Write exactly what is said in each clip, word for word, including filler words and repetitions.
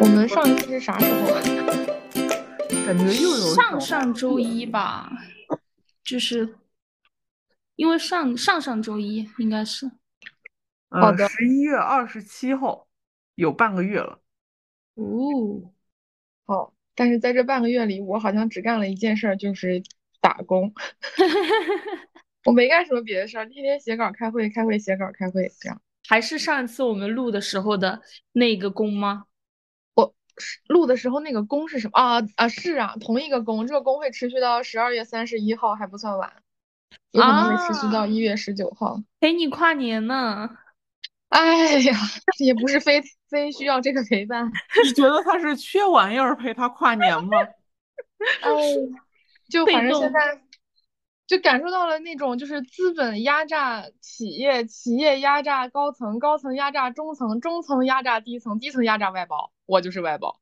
我们上一次是啥时候啊？ 感觉又有上上周一吧，就是因为上上上周一应该是。 好的， 呃十一月二十七号，有半个月了。 哦， 好，但是在这半个月里，我好像只干了一件事儿，就是打工。我没干什么别的事儿，天天写稿、开会、开会、写稿、开会，这样。 还是上一次我们录的时候的那个工吗？ 是录的时候那个工是什么啊？啊，是啊，同一个工，这个工会持续到十二月三十一号，还不算晚，有可能会持续到啊， 一月十九号。 陪你跨年呢。 哎呀，也不是非非需要这个陪伴。 你觉得他是缺玩意儿陪他跨年吗？ 哎，就反正现被动。 在就感受到了那种就是资本压榨企业，企业压榨高层，高层压榨中层，中层压榨低层，低层压榨外包，我就是外包，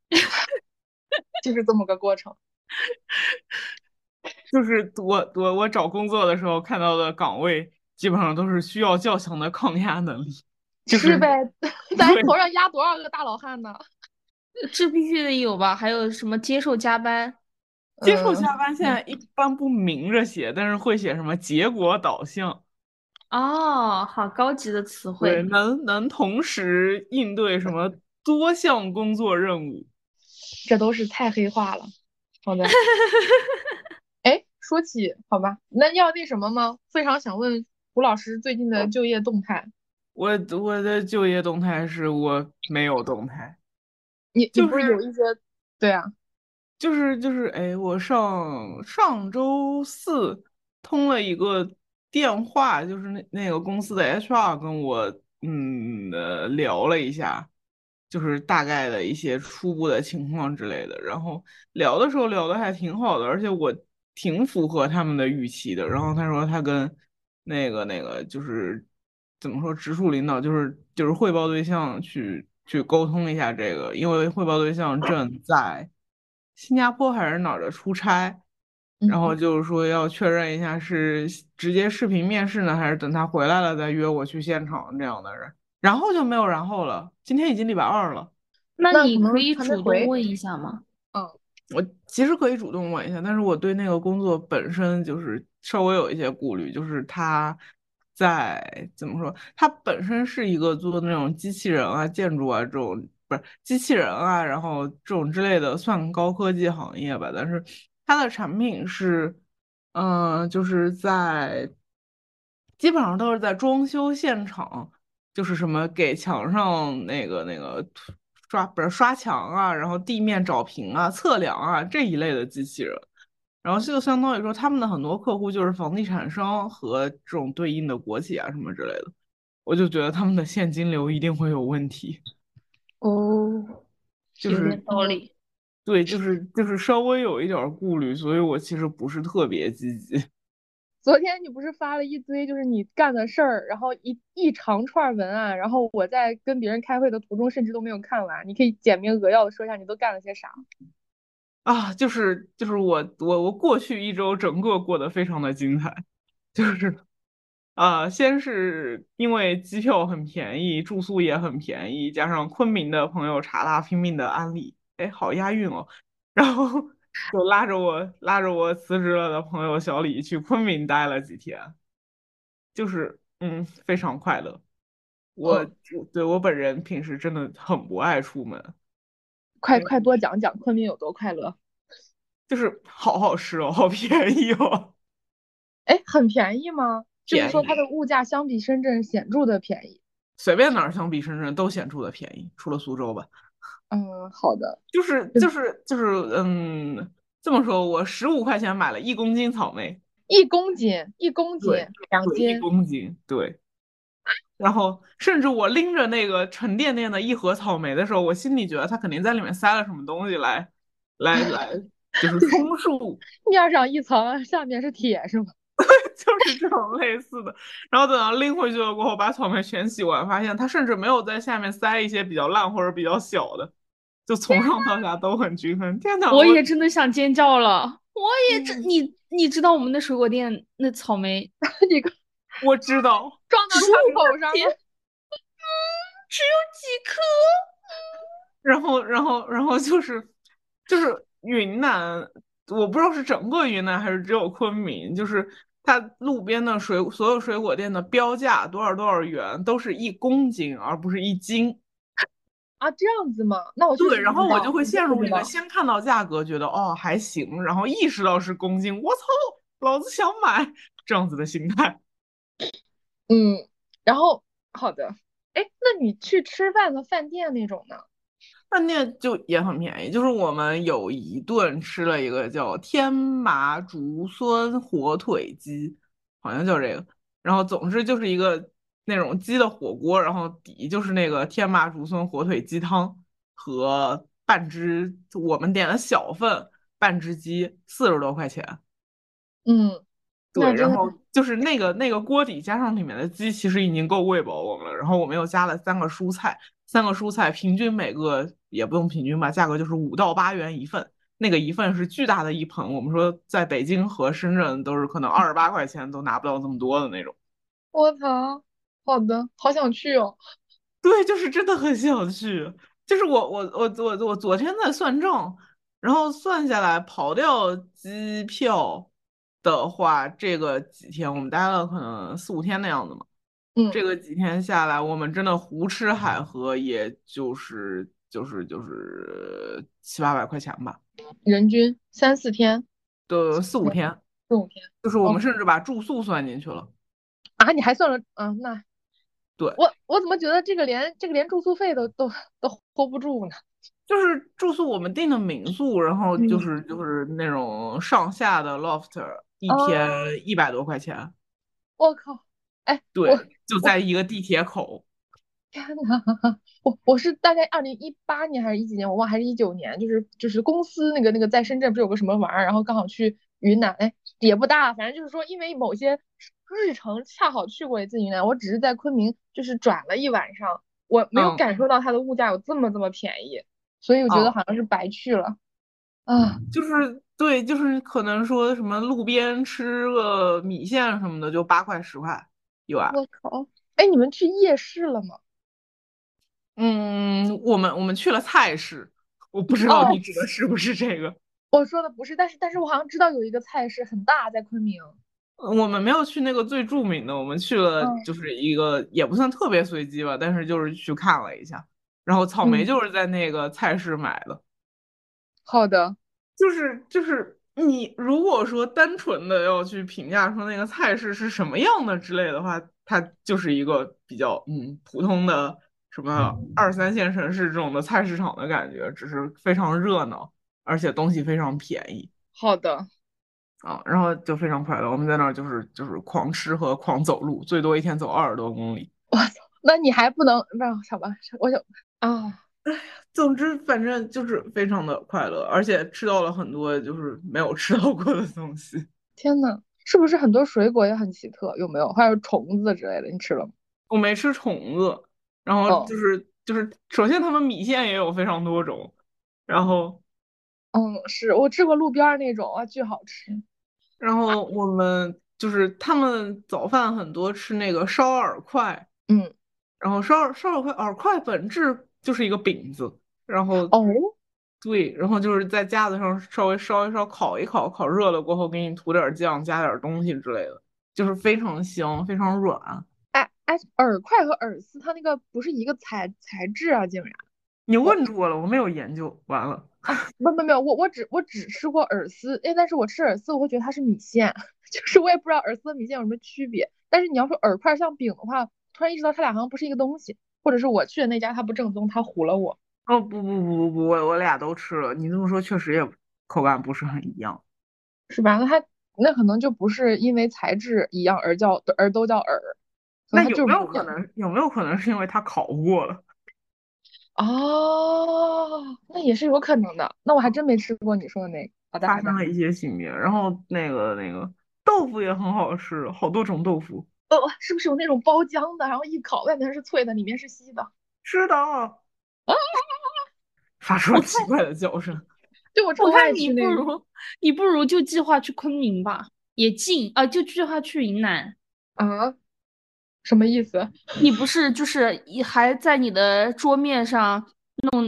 就是这么个过程。 就是我我我找工作的时候看到的岗位，基本上都是需要较强的抗压能力。就是是呗，咱对， 头上压多少个大老汉呢？ 这必须得有吧？还有什么接受加班？ 接受加嗯， 班现在一般不明着写，但是会写什么结果导向。 哦，好高级的词对， 汇。 能能同时应对什么多项工作任务。 这都是太黑化了。好的，哎，说起好吧，那要那什么吗？非常想问胡老师最近的就业动态。 我我的就业动态是我没有动态。 你你就是不是有一些，对啊， 就是就是，哎，我上上周四通了一个电话，就是那那个公司的 H R 跟我嗯呃聊了一下，就是大概的一些初步的情况之类的。然后聊的时候聊的还挺好的，而且我挺符合他们的预期的。然后他说他跟那个那个就是怎么说直属领导，就是就是汇报对象去去沟通一下这个，因为汇报对象正在新加坡还是哪儿的出差。然后嗯， 就是说要确认一下是直接视频面试呢，还是等他回来了再约我去现场这样的人。然后就没有然后了。今天已经礼拜二了。 那那可能你可以还没回。 主动问一下吗？ 嗯， 我其实可以主动问一下，但是我对那个工作本身就是稍微有一些顾虑，就是他在怎么说，他本身是一个做那种机器人啊、建筑啊这种，不是机器人啊，然后这种之类的算高科技行业吧，但是它的产品是，嗯、就是在基本上都是在装修现场。就是什么给墙上那个那个涂刷不是刷墙啊，然后地面找平啊、测量啊这一类的机器人。然后这就相当于说，他们的很多客户就是房地产商和这种对应的国企啊什么之类的。我就觉得他们的现金流一定会有问题。 哦，有点就是道理。 对，就是就是稍微有一点儿顾虑，所以我其实不是特别积极。 昨天你不是发了一堆就是你干的事儿，然后一一长串文案，然后我在跟别人开会的途中甚至都没有看完，你可以简明扼要的说一下你都干了些啥。 啊，就是就是我我我过去一周整个过得非常的精彩。就是啊，先是因为机票很便宜，住宿也很便宜，加上昆明的朋友查拉拼命的安利，哎，好押韵哦。然后就拉着我拉着我辞职了的朋友小李去昆明待了几天，就是嗯非常快乐。我嗯， 对我本人平时真的很不爱出门。 快快多讲讲昆明有多快乐。 就是好好吃哦，好便宜哦。 哎，很便宜吗？就是便宜， 说它的物价相比深圳显著的便宜。 随便哪儿相比深圳都显著的便宜，除了苏州吧。 嗯，好的。 就是就是就是嗯，这么说，我十五块钱买了一公斤草莓。 一公斤，一公斤， 对对，一两斤。 公斤，对。然后甚至我拎着那个沉甸甸的一盒草莓的时候，我心里觉得他肯定在里面塞了什么东西来，来来，就是充数。 面上一层，下面是铁，是吗？ 就是这种类似的。然后等到拎回去了过后，把草莓全洗完，发现他甚至没有在下面塞一些比较烂或者比较小的，就从上到下都很均衡。天呐，我我也真的想尖叫了。我也真， 嗯， 你你知道我们的水果店那草莓你个我知道。 撞到十五他口上块钱， 了。 只有几颗。 然后然后然后就是就是云南，我不知道是整个云南还是只有昆明，就是它路边的水所有水果店的标价多少多少元都是一公斤，而不是一斤。 啊，这样子吗？那我确对， 实不知道， 然后我就会我真陷入那个不知道。 先看到价格觉得哦还行，然后意识到是公斤，我操，老子想买这样子的心态。 嗯，然后好的，哎，那你去吃饭的饭店那种呢？ 饭店就也很便宜，就是我们有一顿吃了一个叫天麻竹荪火腿鸡，好像叫这个，然后总之就是一个那种鸡的火锅，然后底就是那个天麻竹荪火腿鸡汤和半只，我们点的小份半只鸡，四十多块钱。 嗯，那对，然真的后就是那个那个锅底加上里面的鸡，其实已经够喂饱我们了。然后我们又加了三个蔬菜，三个蔬菜平均每个也不用平均吧，价格就是五到八元一份。那个一份是巨大的一盆，我们说在北京和深圳都是可能二十八块钱都拿不到这么多的那种。 我操，好的，好想去哦。 对，就是真的很想去。就是我我我我我昨天在算账，然后算下来跑掉机票的话，这个几天我们待了可能四五天的样子嘛。 嗯， 这个几天下来，我们真的胡吃海喝，也就是就是就是七八百块钱吧， 人均三四天， 都四五天， 四五天。 就是我们 OK 甚至把住宿算进去了。 啊，你还算了，嗯，那对， 我我怎么觉得这个连这个连住宿费都都都 hold 不住呢？ 就是住宿我们订的民宿，然后就嗯， 是就是那种上下的 loft，一天啊， 一百多块钱。 我靠，哎，我对，就我在一个地铁口。 天呐，我我是大概二零一八年还是一几年，我忘了还是一九年，就是就是公司那个那个在深圳不是有个什么玩意儿，然后刚好去云南，哎，也不大，反正就是说因为某些日程恰好去过一次云南，我只是在昆明就是转了一晚上，我没有嗯感受到它的物价有这么这么便宜，所以我觉得嗯， 好像是白去了啊。 就是对，就是可能说什么路边吃个米线什么的，就八块十块一碗。 我靠，哎，你们去夜市了吗？ 嗯，我们我们去了菜市，我不知道哦， 你指的是不是这个。 我说的不是，但是但是我好像知道有一个菜市很大，在昆明。 呃我们没有去那个最著名的，我们去了嗯就是一个也不算特别随机吧，但是就是去看了一下。然后草莓嗯， 就是在那个菜市买的。 好的。 就是就是你如果说单纯的要去评价说那个菜市是什么样的之类的话，它就是一个比较嗯普通的什么二三线城市这种的菜市场的感觉，只是非常热闹，而且东西非常便宜好的， 啊，然后就非常快乐。我们在那儿就是就是狂吃和狂走路，最多一天走二十多公里。 我操，那你还不能，不是，好吧，我想啊， 总之，反正就是非常的快乐，而且吃到了很多就是没有吃到过的东西。 天呐，是不是很多水果也很奇特？有没有？还有虫子之类的，你吃了吗？ 我没吃虫子，然后哦， 就是就是，首先他们米线也有非常多种，然后嗯，是我吃过路边儿那种啊，巨好吃。 然后我们就是他们早饭很多吃那个烧饵块， 嗯， 然后烧饵烧饵块饵块本质就是一个饼子，然后哦， 对，然后就是在架子上稍微烧一烧，烤一烤，烤热了过后给你涂点酱，加点东西之类的，就是非常香，非常软。 哎哎，饵块和饵丝它那个不是一个材材质啊，竟然。 你我问住我了，我没有研究，完了。 啊，不不没有，我我只我只吃过饵丝，哎，但是我吃饵丝我会觉得它是米线，就是我也不知道饵丝和米线有什么区别。但是你要说饵块像饼的话，突然意识到它俩好像不是一个东西，或者是我去的那家它不正宗，它唬了我。 哦不不不不不，我我俩都吃了。你这么说确实也口感不是很一样。 是吧？那它那可能就不是因为材质一样而叫而都叫饵，可能它那有没有就是不一样。 可能？有没有可能是因为它烤过了？ 哦，那也是有可能的。那我还真没吃过你说的那个。好的好的， 发生了一些性变。然后那个那个豆腐也很好吃，好多种豆腐。 呃，是不是有那种包浆的，然后一烤外面是脆的，里面是稀的？ 是的，发出了我看奇怪的叫声。 就我超爱我看你吃那个不如你不如就计划去昆明吧，也近啊，就计划去云南。 啊，什么意思？ 你不是就是一还在你的桌面上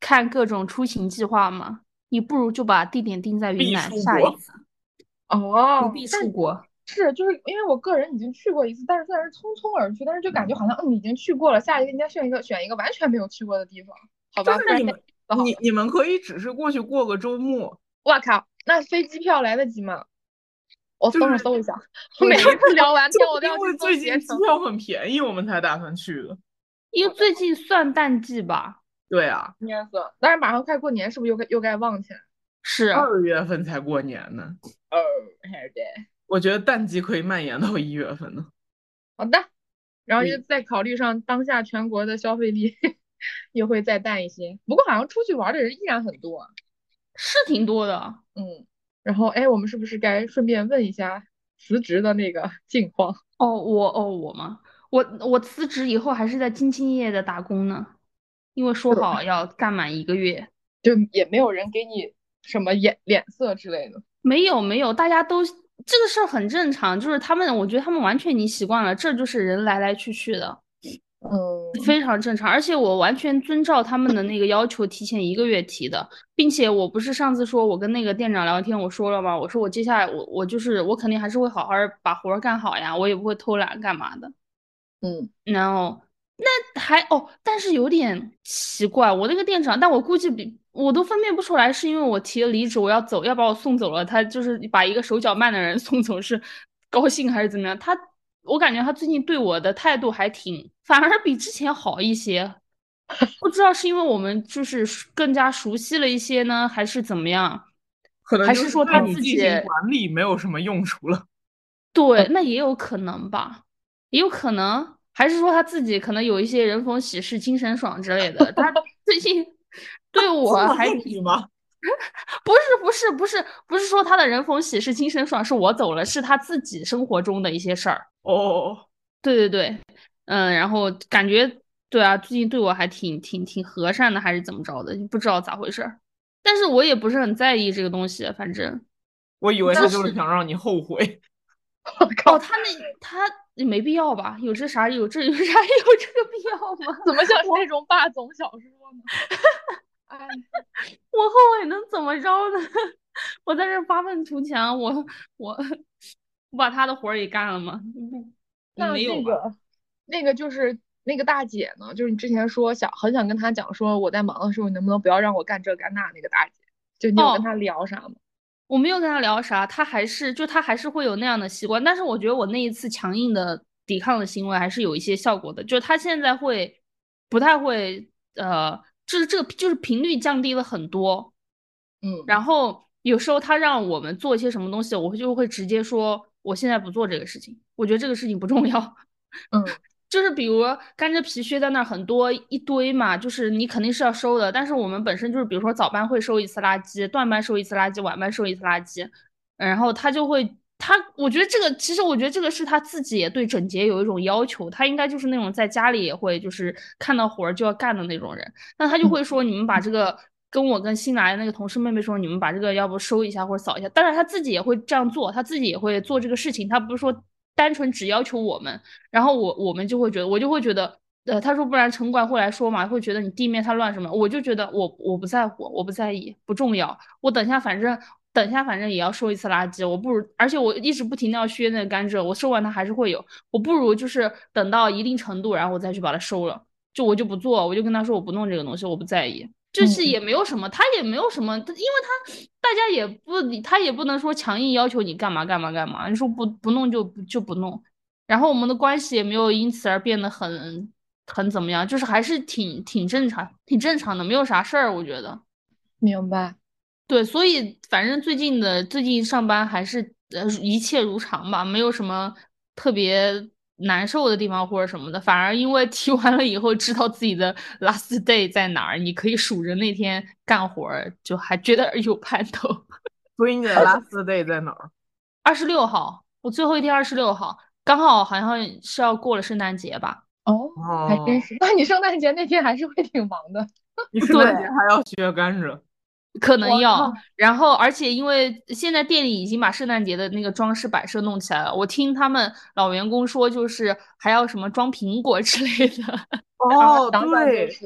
看各种出行计划嘛，你不如就把地点定在云必南， 出国。 下一次不哦， 必但出国。 是就是因为我个人已经去过一次，但是虽然是匆匆而去，但是就感觉好像嗯已经去过了，下一个应该选一个选一个完全没有去过的地方，好吧？不然先就是你们你好了。 你们可以只是过去过个周末， 哇靠，那飞机票来得及吗？我就是等会儿搜一下。我对， 每一次聊完天，我就因都要去搜为最近携程。 机票很便宜，我们才打算去的。 因为最近算淡季吧。 对啊， 应该算，但是马上快过年，是不是又该又该旺起来？ 是。 二月份才过年呢， 哦，还是的。 我觉得淡季可以蔓延到一月份呢。 好的，然后就对， 再考虑上当下全国的消费力也会再淡一些。不过好像出去玩的人依然很多啊。 是挺多的。 嗯，然后哎，我们是不是该顺便问一下辞职的那个近况？ 哦，我哦我吗？我我辞职以后还是在兢兢业业的打工呢，因为说好要干满一个月。 就也没有人给你什么眼脸色之类的。 没有没有，大家都这个事儿很正常，就是他们，我觉得他们完全已经习惯了，这就是人来来去去的， 嗯非常正常。而且我完全遵照他们的那个要求，提前一个月提的，并且我不是上次说我跟那个店长聊天，我说了吗？我说我接下来我我就是我肯定还是会好好把活儿干好呀，我也不会偷懒干嘛的。 嗯， 然后那还哦，但是有点奇怪，我那个店长，但我估计比我都分辨不出来，是因为我提了离职，我要走，要把我送走了，他就是把一个手脚慢的人送走，是高兴还是怎么样？他，我感觉他最近对我的态度还挺，反而比之前好一些，不知道是因为我们就是更加熟悉了一些呢，还是怎么样？ 可能就是还是说他对你进自己？ 行管理没有什么用处了。 对，那也有可能吧，也有可能，还是说他自己可能有一些人逢喜事精神爽之类的。他最近对我这么还挺， 问题吗？ 不是不是不是不是说他的人逢喜事精神爽是我走了，是他自己生活中的一些事儿。 哦， 对对对，嗯，然后感觉对啊，最近对我还挺挺挺和善的，还是怎么着的，不知道咋回事儿。但是我也不是很在意这个东西，反正我以为他就是就是想让你后悔。 我靠， 哦，他那他没必要吧？有这啥有这有啥有这个必要吗？ 怎么像是那种霸总小说呢？哎， 我后悔能怎么着呢？我在这发愤图强，我我我把他的活儿也干了吗？不， 那没有吧？ 那个那个就是那个大姐呢？就是你之前说想很想跟她讲说我在忙的时候，你能不能不要让我干这干那那个大姐？就你有跟她哦， 聊啥吗？ 我没有跟他聊啥，他还是就他还是会有那样的习惯，但是我觉得我那一次强硬的抵抗的行为还是有一些效果的，就是他现在会不太会呃，就是这个就是频率降低了很多， 嗯然后有时候他让我们做一些什么东西，我就会直接说我现在不做这个事情，我觉得这个事情不重要。 嗯就是比如甘蔗皮屑在那儿很多一堆嘛，就是你肯定是要收的，但是我们本身就是比如说早班会收一次垃圾，段班收一次垃圾，晚班收一次垃圾，然后他就会他，我觉得这个其实我觉得这个是他自己也对整洁有一种要求，他应该就是那种在家里也会就是看到活儿就要干的那种人，那他就嗯会说你们把这个。跟我跟新来的那个同事妹妹说，你们把这个要不收一下或者扫一下。当然他自己也会这样做，他自己也会做这个事情，他不是说单纯只要求我们。然后我我们就会觉得，我就会觉得，呃，他说不然城管会来说嘛，会觉得你地面它乱什么，我就觉得我我不在乎，我不在意，不重要，我等下反正等下反正也要收一次垃圾，我不如，而且我一直不停的要削那个甘蔗，我收完它还是会有，我不如就是等到一定程度，然后我再去把它收了，就我就不做，我就跟他说我不弄这个东西，我不在意。就是嗯也没有什么，他也没有什么，因为他大家也不，他也不能说强硬要求你干嘛干嘛干嘛，你说不不弄就就不弄，然后我们的关系也没有因此而变得很很怎么样，就是还是挺挺正常，挺正常的，没有啥事儿，我觉得。 明白。 对，所以反正最近的最近上班还是呃一切如常吧，没有什么特别难受的地方或者什么的，反而因为提完了以后知道自己的 last day 在哪儿，你可以数着那天干活儿，就还觉得有盼头。 所以你的 last day 在哪儿？ 二十六号，我最后一天二十六号，刚好好像是要过了圣诞节吧。 哦，还真哦， 是。那你圣诞节那天还是会挺忙的。 你圣对， 诞节还要削甘蔗。 可能要， 我靠， 然后而且因为现在店里已经把圣诞节的那个装饰摆设弄起来了，我听他们老员工说，就是还要什么装苹果之类的。 啊， 哦， 想想就对， 是。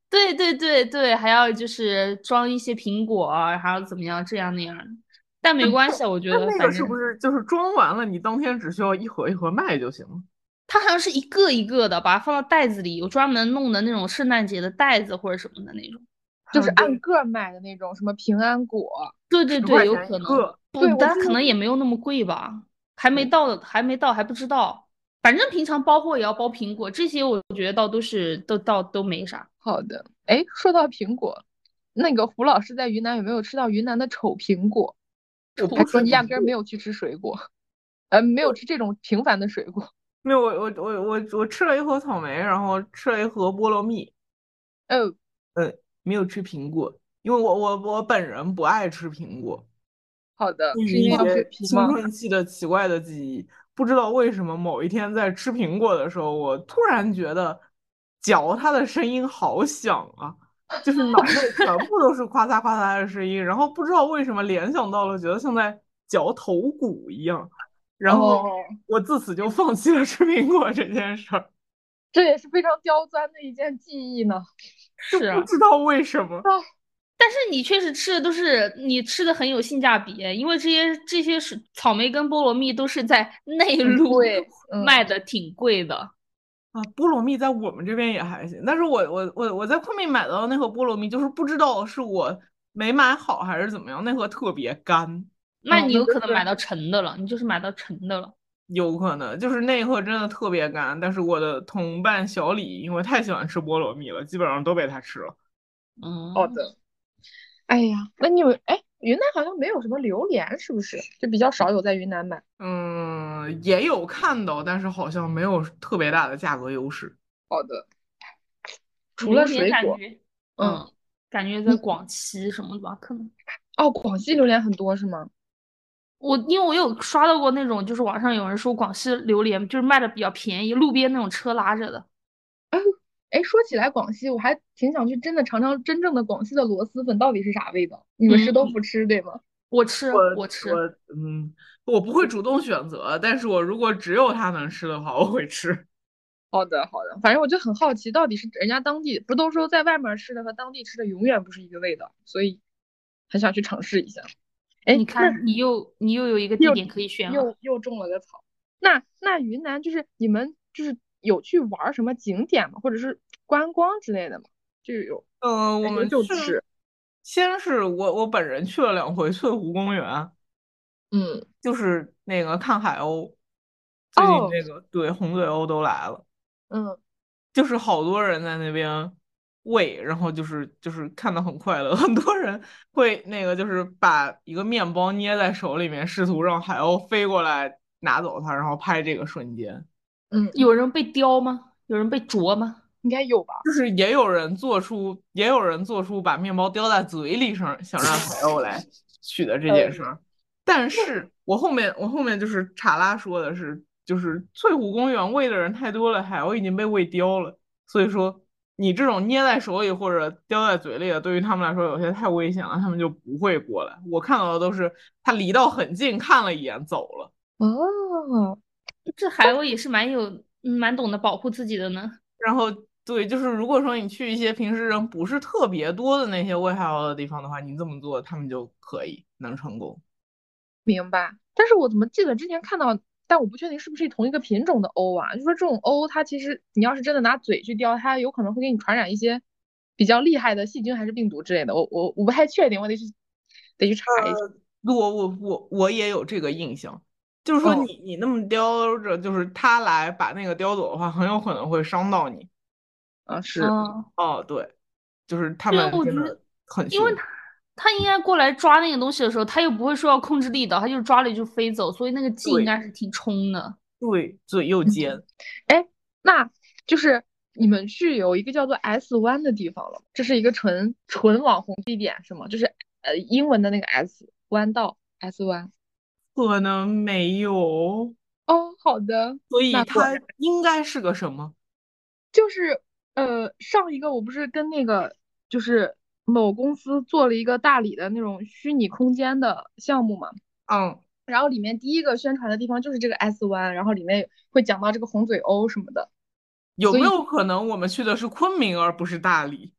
对对对对，还要就是装一些苹果啊，还要怎么样这样那样的。但没关系啊，我觉那那个是不得反正是就是装完了，你当天只需要一盒一盒卖就行了？ 它好像是一个一个的，把它放到袋子里，有专门弄的那种圣诞节的袋子或者什么的那种。 就是还有对， 按个儿买的那种，什么平安果。 对对对， 十块有可能钱一个。 不， 对，我记得但可能也没有那么贵吧，还没对， 到，还没到，还不知道。反正平常包货也要包苹果，这些我觉得倒都是都倒都没啥。 好的。哎，说到苹果，那个胡老师在云南有没有吃到云南的丑苹果？ 我不吃还说你压根儿没苹果。 有去吃水果，呃，没有吃这种平凡的水果。 没有，我我我我我吃了一盒草莓，然后吃了一盒菠萝蜜。 哦， 呃，没有吃苹果，因为我我我本人不爱吃苹果。 好的， 基于是因为要剥一些青皮吗？ 春期的奇怪的记忆，不知道为什么某一天在吃苹果的时候，我突然觉得嚼它的声音好响啊，就是脑内全部都是夸嚓夸嚓的声音，然后不知道为什么联想到了，觉得像在嚼头骨一样，然后哦， 我自此就放弃了吃苹果这件事儿， 这也是非常刁钻的一件记忆呢。 就是啊， 不知道为什么。 啊， 但是你确实吃的都是你吃的很有性价比，因为这些这些是草莓跟菠萝蜜都是在内很陆贵，嗯。 卖的挺贵的。 啊，菠萝蜜在我们这边也还行，但是我我我我在昆明买到的那盒菠萝蜜，就是不知道是我没买好还是怎么样，那盒特别干。 那哦， 你有可能买那就是到陈的了，你就是买到陈的了。 有可能就是那一盒真的特别干。但是我的同伴小李因为太喜欢吃菠萝蜜了，基本上都被他吃了。 嗯， 好的。哎呀，那你有哎，云南好像没有什么榴莲，是不是？就比较少有在云南买。 嗯，也有看到，但是好像没有特别大的价格优势。 好的。除了榴莲水果， 感觉， 嗯， 嗯，感觉在你广西什么的吧，可能。 哦，广西榴莲很多是吗？ 我因为我有刷到过那种，就是网上有人说广西榴莲就是卖的比较便宜，路边那种车拉着的。 哎，哎，说起来广西，我还挺想去真的尝尝真正的广西的螺蛳粉到底是啥味道。你们嗯， 是都不吃对吗？ 我吃， 我我吃。 我嗯，我不会主动选择，但是我如果只有它能吃的话，我会吃。 好的，好的，反正我就很好奇，到底是人家当地不都说在外面吃的和当地吃的永远不是一个味道，所以很想去尝试一下。哎，那你看，你又你又有一个地又点可以选了。 又又种了个草。那那云南就是你们就是有去玩什么景点吗？或者是观光之类的吗？就有嗯，我还是们去， 就吃？ 先是我我本人去了两回翠湖公园， 嗯， 就是那个看海鸥，最近哦， 那个对红嘴鸥都来了， 嗯， 就是好多人在那边喂，然后就是就是看的很快乐，很多人会那个就是把一个面包捏在手里面，试图让海鸥飞过来拿走它，然后拍这个瞬间。 嗯， 有人被叼吗？有人被啄吗？ 应该有吧？ 就是也有人做出，也有人做出把面包叼在嘴里上，想让海鸥来取的这件事呃， 儿。但是我后面我后面就是查拉说的是，就是翠湖公园喂的人太多了，海鸥已经被喂刁了。所以说你这种捏在手里或者叼在嘴里的，对于他们来说有些太危险了，他们就不会过来。我看到的都是他离到很近看了一眼走了。 哦， 这海鸥也是蛮有，嗯蛮懂得保护自己的呢。 然后对，就是如果说你去一些平时人不是特别多的那些喂海鸥的地方的话，你这么做，他们就可以能成功。 明白。但是我怎么记得之前看到，但我不确定是不是同一个品种的鸥啊？就说这种鸥，它其实你要是真的拿嘴去叼，它有可能会给你传染一些比较厉害的细菌还是病毒之类的。我我我不太确定，我得去得去查一下。 我我我我也有这个印象，就是说嗯， 你你那么叼着，就是他来把那个叼走的话，很有可能会伤到你。 啊是。 嗯， 哦，对，就是他对， 们真的我觉得，因为很凶。 他他应该过来抓那个东西的时候，他又不会说要控制力道，他就抓了就飞走，所以那个劲应对该是挺冲的。 对，嘴又尖。 哎，那就是你们去有一个叫做 S 湾的地方了，这是一个纯纯网红地点是吗？就是呃英文的那个 S 弯道 S 湾。 可能没有， 哦，好的， 所以它那果然应该是个什么？ 就是呃上一个我不是跟那个就是某公司做了一个大理的那种虚拟空间的项目嘛， 嗯， 然后里面第一个宣传的地方就是这个 S 湾，然后里面会讲到这个红嘴鸥什么的。 有没有可能我们去的是昆明而不是大理？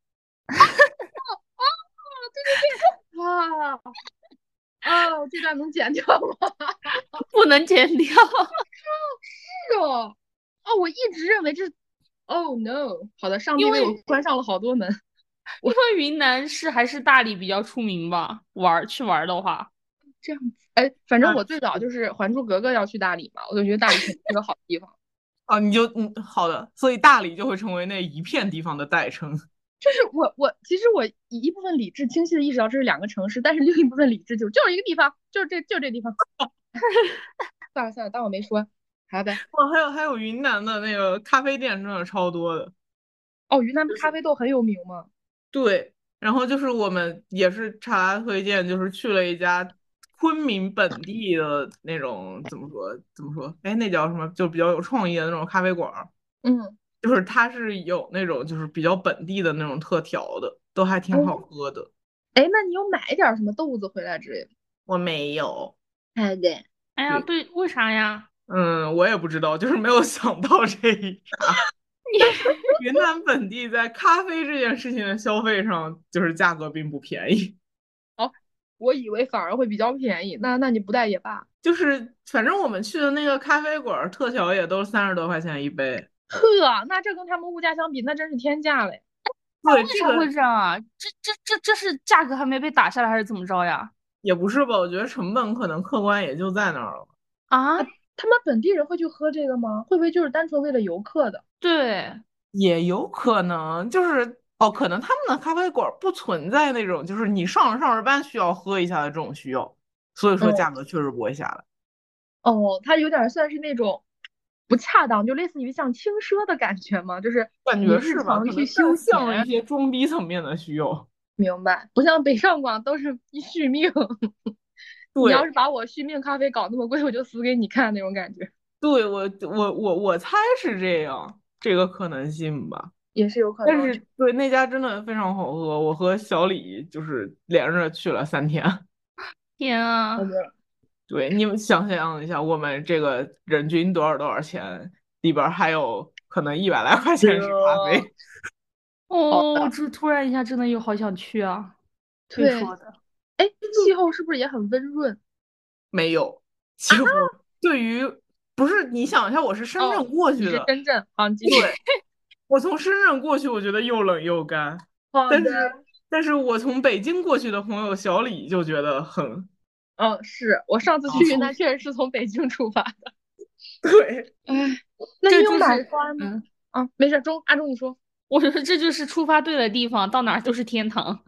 啊哦，这段能剪掉吗？ 不能剪掉。 是哦，哦，我一直认为这是，Oh no，好的，上帝为我关上了好多门。 因为云南是还是大理比较出名吧，玩去玩的话。 这样子，哎，反正我最早就是《还珠格格》要去大理嘛，我就觉得大理肯定是个好地方。 啊，你就嗯好的，所以大理就会成为那一片地方的代称。 就是我我其实我以一部分理智清晰的意识到这是两个城市，但是另一部分理智就是就是一个地方，就是这就这地方。算了算了，当我没说，好呗。 哦，还有还有云南的那个咖啡店真的超多的。 哦，云南的咖啡豆很有名吗？ 对，然后就是我们也是查推荐，就是去了一家昆明本地的那种怎么说怎么说？哎，那叫什么？就比较有创意的那种咖啡馆儿。 嗯， 就是它是有那种就是比较本地的那种特调的，都还挺好喝的。 哎，那你有买点什么豆子回来之类的？ 我没有。 好的。 哎呀，对，为啥呀？ 嗯，我也不知道，就是没有想到这一茬。云南本地在咖啡这件事情的消费上，就是价格并不便宜。 哦，我以为反而会比较便宜，那那你不带也罢。 就是反正我们去的那个咖啡馆，特调也都三十多块钱一杯。 呵，那这跟他们物价相比，那真是天价嘞。 对， 为啥会这个这样啊？这这这这是价格还没被打下来，还是怎么着呀？ 也不是吧？我觉得成本可能客观也就在那儿了。 啊， 他们本地人会去喝这个吗？会不会就是单纯为了游客的？ 对， 也有可能就是哦，可能他们的咖啡馆不存在那种就是你上着上着班需要喝一下的这种需要，所以说价格确实不会下来。 哦，它有点算是那种不恰当，就类似于像轻奢的感觉嘛，就是感你日觉是吧？可能常去休更像了一闲， 些装逼层面的需要。 明白？不像北上广都是一续命，你要对是把我续命咖啡搞那么贵，我就死给你看那种感觉， 对，我我我我猜是这样，这个可能性吧。 也是有可但能。 是对那家真的非常好喝，我和小李就是连着去了三天。 天啊！ 对，你们想象一下，我们这个人均多少多少钱，里边还有可能一百来块钱是咖啡。 哦，这突然一下真的又好想去啊！被对， 说的。 哎，气候是不是也很温润？ 没有气候，对于不是你想一下，我是深圳哦，你是过去的。 深圳，好，你继续。 对，我从深圳过去，我觉得又冷又干。 好的。 但是但是我从北京过去的朋友小李就觉得很。 嗯，是我上次去云南确实是从北京出发的。 对， 哎，那你有这就是买花吗？ 嗯， 啊，没事，中阿中你说。 我觉得这就是出发对了地方，到哪儿都是天堂。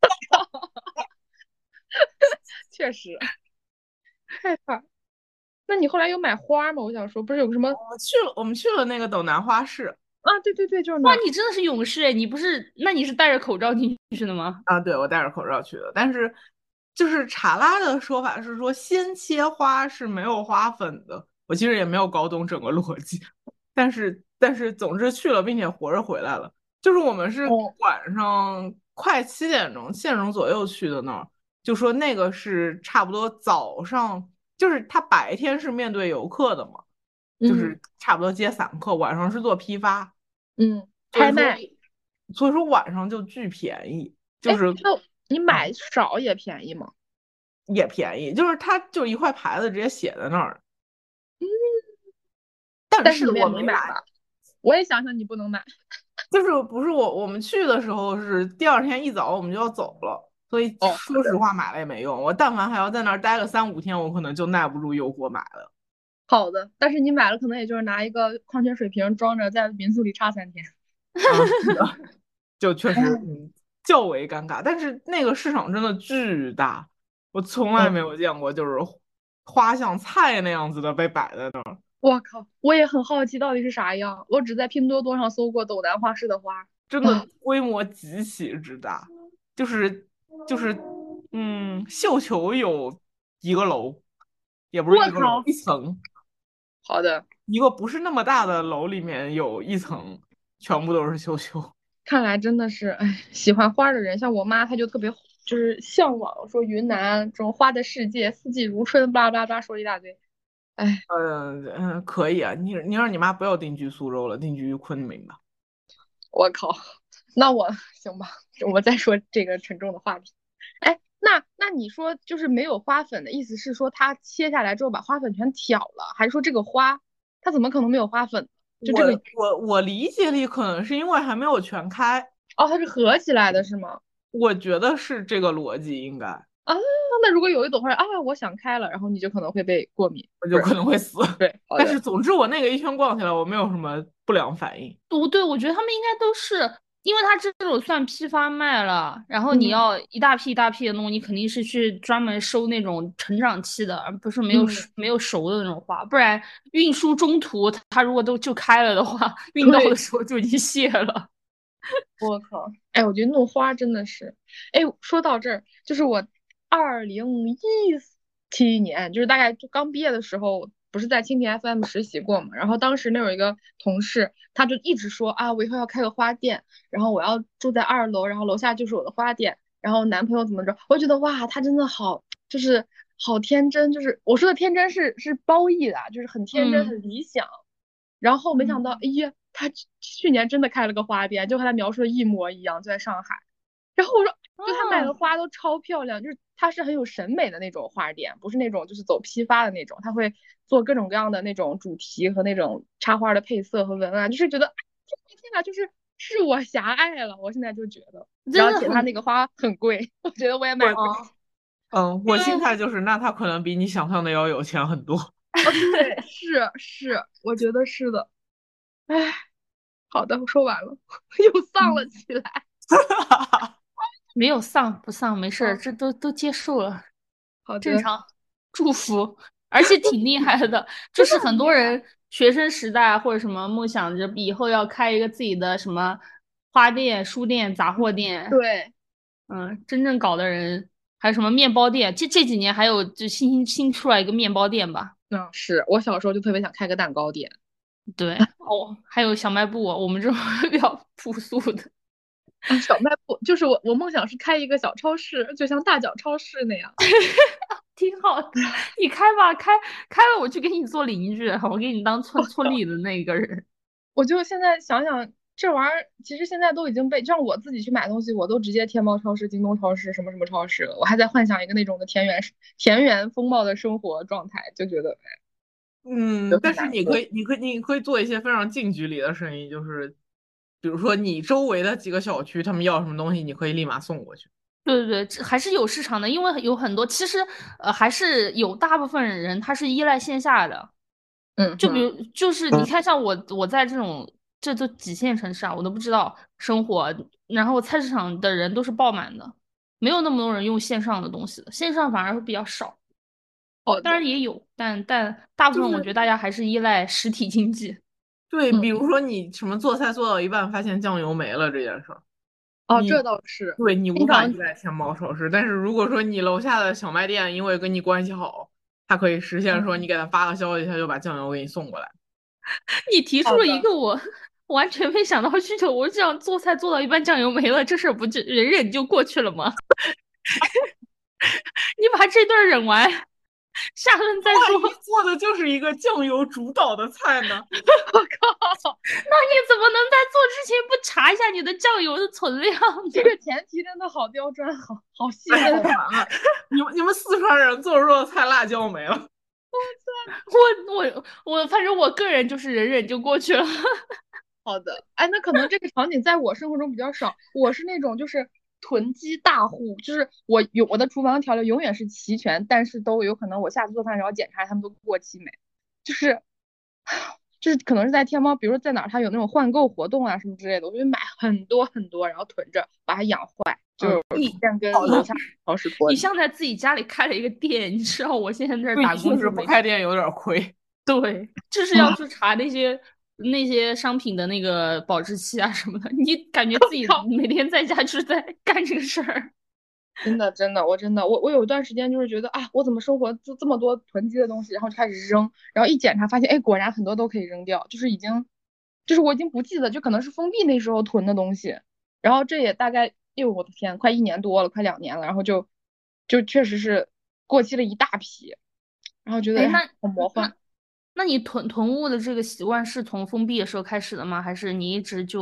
确实，害怕。那你后来有买花吗？我想说，不是有个什么我去了，我们去了那个斗南花市。 啊？对对对，就是那哇， 儿。 你真的是勇士哎！你不是，那你是戴着口罩进去的吗？ 啊，对，我戴着口罩去的，但是就是查拉的说法是说先切花是没有花粉的，我其实也没有搞懂整个逻辑，但是但是总之去了，并且活着回来了。就是我们是哦， 晚上快七点钟、七点钟左右去的那儿，就说那个是差不多早上，就是他白天是面对游客的嘛，就嗯是差不多接散客，晚上是做批发。 嗯， 所以说拍卖。 所以说晚上就巨便宜，就哎， 是那你啊买少也便宜吗？ 也便宜，就是它就一块牌子直接写在那儿。 嗯， 但是但是你们也我没买， 没买吧？我也想想，你不能买。 就是不是我我们去的时候是第二天一早我们就要走了，所以哦， 说实话买了也没用。我但凡还要在那儿待个三五天，我可能就耐不住诱惑买了。 好的，但是你买了，可能也就是拿一个矿泉水瓶装着，在民宿里插三天。 啊，是的，就确实嗯较为尴尬。但是那个市场真的巨大，我从来没有见过就是花像菜那样子的被摆在那儿。 我靠，我也很好奇到底是啥样。我只在拼多多上搜过斗南花市的花。 真的规模极其之大，就是就是嗯，绣球有一个楼，也不是一个楼， 我靠， 一层， 好的， 一个不是那么大的楼里面有一层，全部都是绣球。 看来真的是，哎，喜欢花的人，像我妈，她就特别就是向往，说云南这种花的世界，四季如春，巴拉巴拉巴拉说了一大堆。哎， 嗯嗯，可以啊，你你让你妈不要定居苏州了，定居昆明吧。 我靠， 那我行吧，我再说这个沉重的话题。哎，那那你说就是没有花粉的意思是说它切下来之后把花粉全挑了，还是说这个花它怎么可能没有花粉？就这我个我我理解里可能是因为还没有全开， 哦，它是合起来的是吗？ 我觉得是这个逻辑应该， 啊，那如果有一朵花啊，我想开了，然后你就可能会被过敏， 我就不是？ 可能会死。 对，好但是的， 总之我那个一圈逛起来，我没有什么不良反应。 不对，我觉得他们应该都是，因为它这种算批发卖了，然后你嗯要一大批一大批的弄，你肯定是去专门收那种成长期的，而不是没有嗯， 熟没有熟的那种花，不然运输中途它如果都就开了的话，运到的对， 时候就已经谢了。 我靠，哎，我觉得弄花真的是，哎，说到这儿，就是我二零一七年，就是大概就刚毕业的时候，不是在蜻蜓 F M 实习过嘛，然后当时那有一个同事，他就一直说啊，我以后要开个花店，然后我要住在二楼，然后楼下就是我的花店，然后男朋友怎么着，我觉得哇，他真的好，就是好天真，就是我说的天真是是褒义的啊，就是很天真， 嗯很理想。然后没想到， 嗯哎呀，他去年真的开了个花店，就和他描述的一模一样，就在上海。然后我说，就他卖的啊， 花都超漂亮，就是他是很有审美的那种花店，不是那种就是走批发的那种，他会做各种各样的那种主题和那种插花的配色和文案，就是觉得，天天呐，就是是我狭隘了，我现在就觉得，然后且他真的很那个花很贵，我觉得我也买不我起。 哦， 嗯，我心态就是，那他可能比你想象的要有钱很多。 哦，对，是是，我觉得是的。哎，好的，我说完了，又丧了嗯， 起来。 没有丧不丧，没事儿， 嗯， 这都都接受了。 好的， 正常，祝福，而且挺厉害的。就真的是很厉害。 很多人学生时代或者什么梦想着以后要开一个自己的什么花店、书店、杂货店， 对， 嗯，真正搞的人还有什么面包店，这这几年还有就新新新出来一个面包店吧。 嗯，是我小时候就特别想开个蛋糕店。 对，哦，还有小卖部，我们这种比较朴素的。 啊，小卖部就是我，我梦想是开一个小超市，就像大脚超市那样。 挺好的，你开吧，开开了我去给你做邻居，我给你当村村里的那个人。 我就现在想想，这玩意儿其实现在都已经被，像我自己去买东西，我都直接天猫超市、京东超市什么什么超市了。我还在幻想一个那种的田园田园风貌的生活状态，就觉得就嗯，但很难过。 是你可以，你可以，你可以做一些非常近距离的生意，就是比如说你周围的几个小区，他们要什么东西，你可以立马送过去。 对对对，这还是有市场的，因为有很多其实呃还是有大部分人他是依赖线下的，就比嗯哼， 如就是你看像我我在这种这都几线城市啊，我都不知道生活，然后菜市场的人都是爆满的，没有那么多人用线上的东西的，线上反而会比较少， 好的， 当然也有，但但大部就是分我觉得大家还是依赖实体经济。 对，比嗯， 如说你什么做菜做到一半，发现酱油没了这件事儿， 哦，这你倒是对你无法依经常赖天猫超市。但是如果说你楼下的小卖店因为跟你关系好，它可以实现说你给他发个消息，他就把酱油给你送过来。 你提出了一好的。 个我完全没想到的需求，我这样做菜做到一半酱油没了，这事儿不就忍忍就过去了吗？你把这顿忍完，下顿再说。 万一做的就是一个酱油主导的菜呢？ 我靠， 那你怎么能在做之前不查一下你的酱油的存量呢？ 这个前提真的好刁钻，好好细哎， 致。 太烦了！你们你们四川人做出的菜辣椒没了。 我我我，反正我个人就是忍忍就过去了。 好的，哎，那可能这个场景在我生活中比较少。我是那种就是囤积大户，就是我有我的厨房调料永远是齐全，但是都有可能我下次做饭然后检查他们都过期没，就是就是可能是在天猫，比如说在哪儿它有那种换购活动啊什么之类的，我就会买很多很多，然后囤着把它养坏， 嗯， 就逐你渐跟好的， 楼下超市脱离。 你像在自己家里开了一个店，你知道我现在在这儿对打你确实不工就没开店有点亏。 对，就是要去查那些那些商品的那个保质期啊什么的，你感觉自己靠， 每天在家就是在干这个事儿。 真的真的，我真的我我有一段时间就是觉得啊，我怎么生活就这么多囤积的东西，然后就开始扔，然后一检查发现，哎，果然很多都可以扔掉，就是已经，就是我已经不记得，就可能是封闭那时候囤的东西，然后这也大概，哎呦我的天，快一年多了，快两年了，然后就就确实是过期了一大批，然后觉得哎， 哎那好魔幻。 那那你囤囤物的这个习惯是从封闭的时候开始的吗？还是你一直就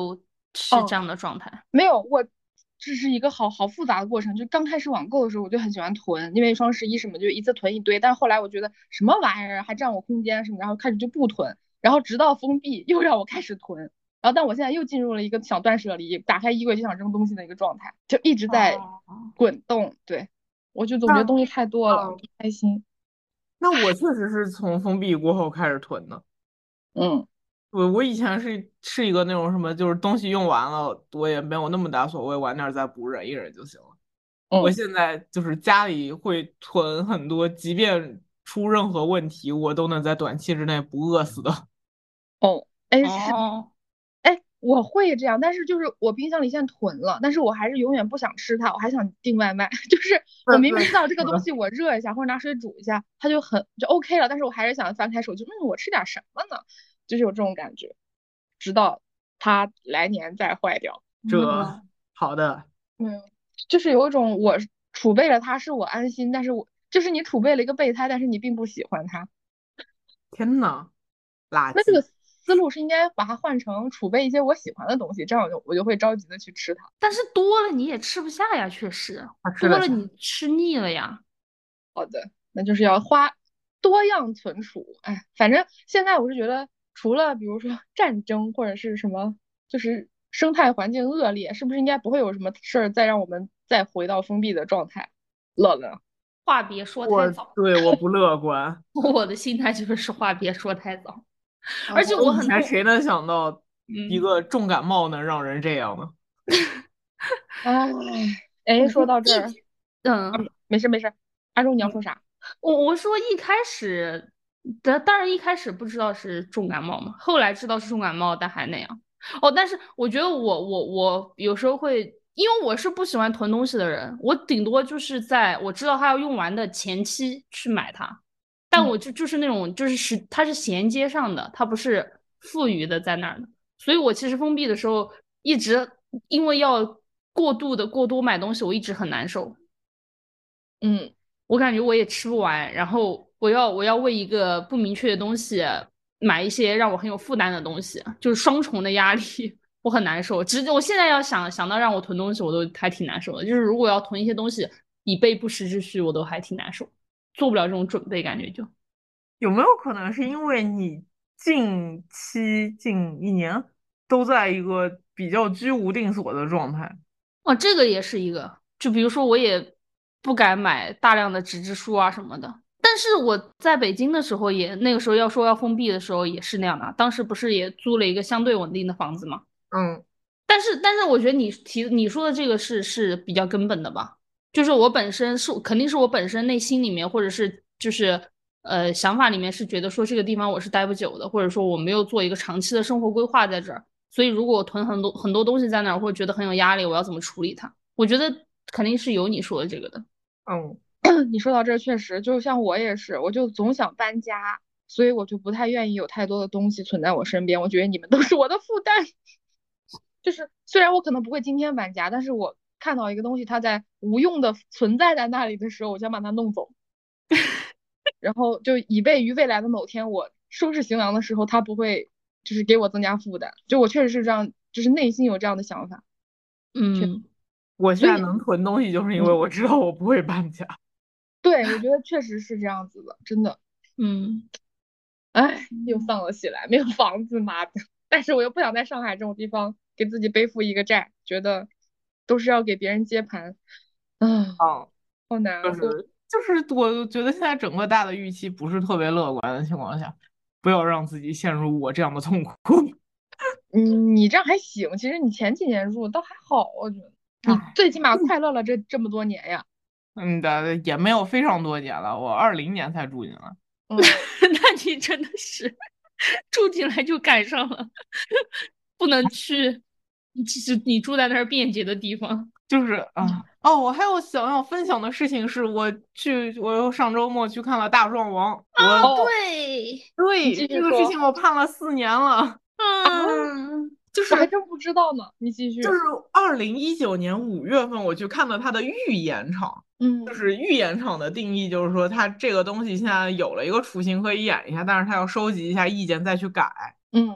是这样的状态？ 没有，我这是一个好好复杂的过程。就刚开始网购的时候，我就很喜欢囤，因为双十一什么就一次囤一堆。但是后来我觉得什么玩意儿还占我空间什么，然后开始就不囤，然后直到封闭又让我开始囤，然后但我现在又进入了一个想断舍离，打开衣柜就想扔东西的一个状态，就一直在滚动。对，我就总觉得东西太多了，不开心。 那我确实是从封闭过后开始囤的。 嗯。 我我以前是是一个那种什么，就是东西用完了，我也没有那么大所谓，晚点再补忍一忍就行了。 嗯、 我现在就是家里会囤很多，即便出任何问题，我都能在短期之内不饿死的。 哦，哎是， 哦， 哎，我会这样，但是就是我冰箱里现在囤了，但是我还是永远不想吃它，我还想订外卖。就是我明明知道这个东西我热一下或者拿水煮一下，它就很就 OK 了，但是我还是想翻开手机，嗯，我吃点什么呢？就是有这种感觉，直到它来年再坏掉。 这嗯好的， 嗯，就是有一种我储备了它是我安心，但是我就是你储备了一个备胎，但是你并不喜欢它。 天呐，垃那这个圾！ 思路是应该把它换成储备一些我喜欢的东西，这样我就我就会着急的去吃它。 但是多了你也吃不下呀，确实多了他吃得下。 你吃腻了呀。 好的，那就是要花多样存储。哎，反正现在我是觉得，除了比如说战争或者是什么，就是生态环境恶劣，是不是应该不会有什么事儿再让我们再回到封闭的状态了呢？ 话别说太我早， 对我不乐观。 我的心态就是话别说太早，而且然后， 以我很痛。 前谁能想到一嗯个重感冒能让人这样呢？ 哎，哎，说到这儿，啊， 嗯， 没事没事，阿忠你要说啥？ 我我说一开始的，当然一开始不知道是重感冒嘛，后来知道是重感冒，但还那样。哦，但是我觉得我我我有时候会，因为我是不喜欢囤东西的人，我顶多就是在我知道它要用完的前期去买它，但我嗯就就是那种就是是它是衔接上的，它不是富余的在那儿的，所以我其实封闭的时候一直因为要过度的过多买东西，我一直很难受。 嗯我感觉我也吃不完，然后我要我要为一个不明确的东西买一些让我很有负担的东西，就是双重的压力，我很难受。直我现在要想想到让我囤东西，我都还挺难受的。就是如果要囤一些东西以备不时之需，我都还挺难受，做不了这种准备，感觉就有没有可能是因为你近期近一年都在一个比较居无定所的状态？ 哦，这个也是一个。就比如说，我也不敢买大量的纸质书啊什么的。但是我在北京的时候也，那个时候要说要封闭的时候也是那样的。当时不是也租了一个相对稳定的房子吗？ 嗯， 但是，但是我觉得你提你说的这个是是比较根本的吧？就是我本身是肯定是我本身内心里面，或者是就是呃想法里面是觉得说这个地方我是待不久的，或者说我没有做一个长期的生活规划在这儿。所以如果我囤很多很多东西在那儿，会觉得很有压力，我要怎么处理它？我觉得肯定是有你说的这个的。 嗯， 你说到这儿确实，就像我也是，我就总想搬家，所以我就不太愿意有太多的东西存在我身边。我觉得你们都是我的负担。就是虽然我可能不会今天搬家，但是我看到一个东西它在无用的存在在那里的时候，我想把它弄走，然后就以备于未来的某天我收拾行囊的时候，它不会就是给我增加负担。就我确实是这样，就是内心有这样的想法。 嗯我现所以， 在能囤东西，就是因为嗯， 我知道我不会搬家。 对，我觉得确实是这样子的，真的。 嗯唉，又丧了起来，没有房子，妈的！但是我又不想在上海这种地方给自己背负一个债，觉得都是要给别人接盘，啊， 嗯， 好难过。 就是就是，我觉得现在整个大的预期不是特别乐观的情况下，不要让自己陷入我这样的痛苦。 嗯，你这样还行，其实你前几年入倒还好，我觉得你唉， 最起码快乐了这这么多年呀。 嗯的，也没有非常多年了，我二零年才住进来。 嗯， 那你真的是住进来就赶上了，不能去，其实你住在那儿便捷的地方。 就是啊，哦，我还有想要分享的事情是，我去，我又上周末去看了《大壮王》，我哦， 对， 你对这个事继续说情我盼了四年了， 啊， 嗯， 就是我还真不知道呢，你继续。 就是二零一九年五月份我去看了他的预演场，就嗯是预演场的定义就是说，他这个东西现在有了一个雏形可以演一下，但是他要收集一下意见再去改。 嗯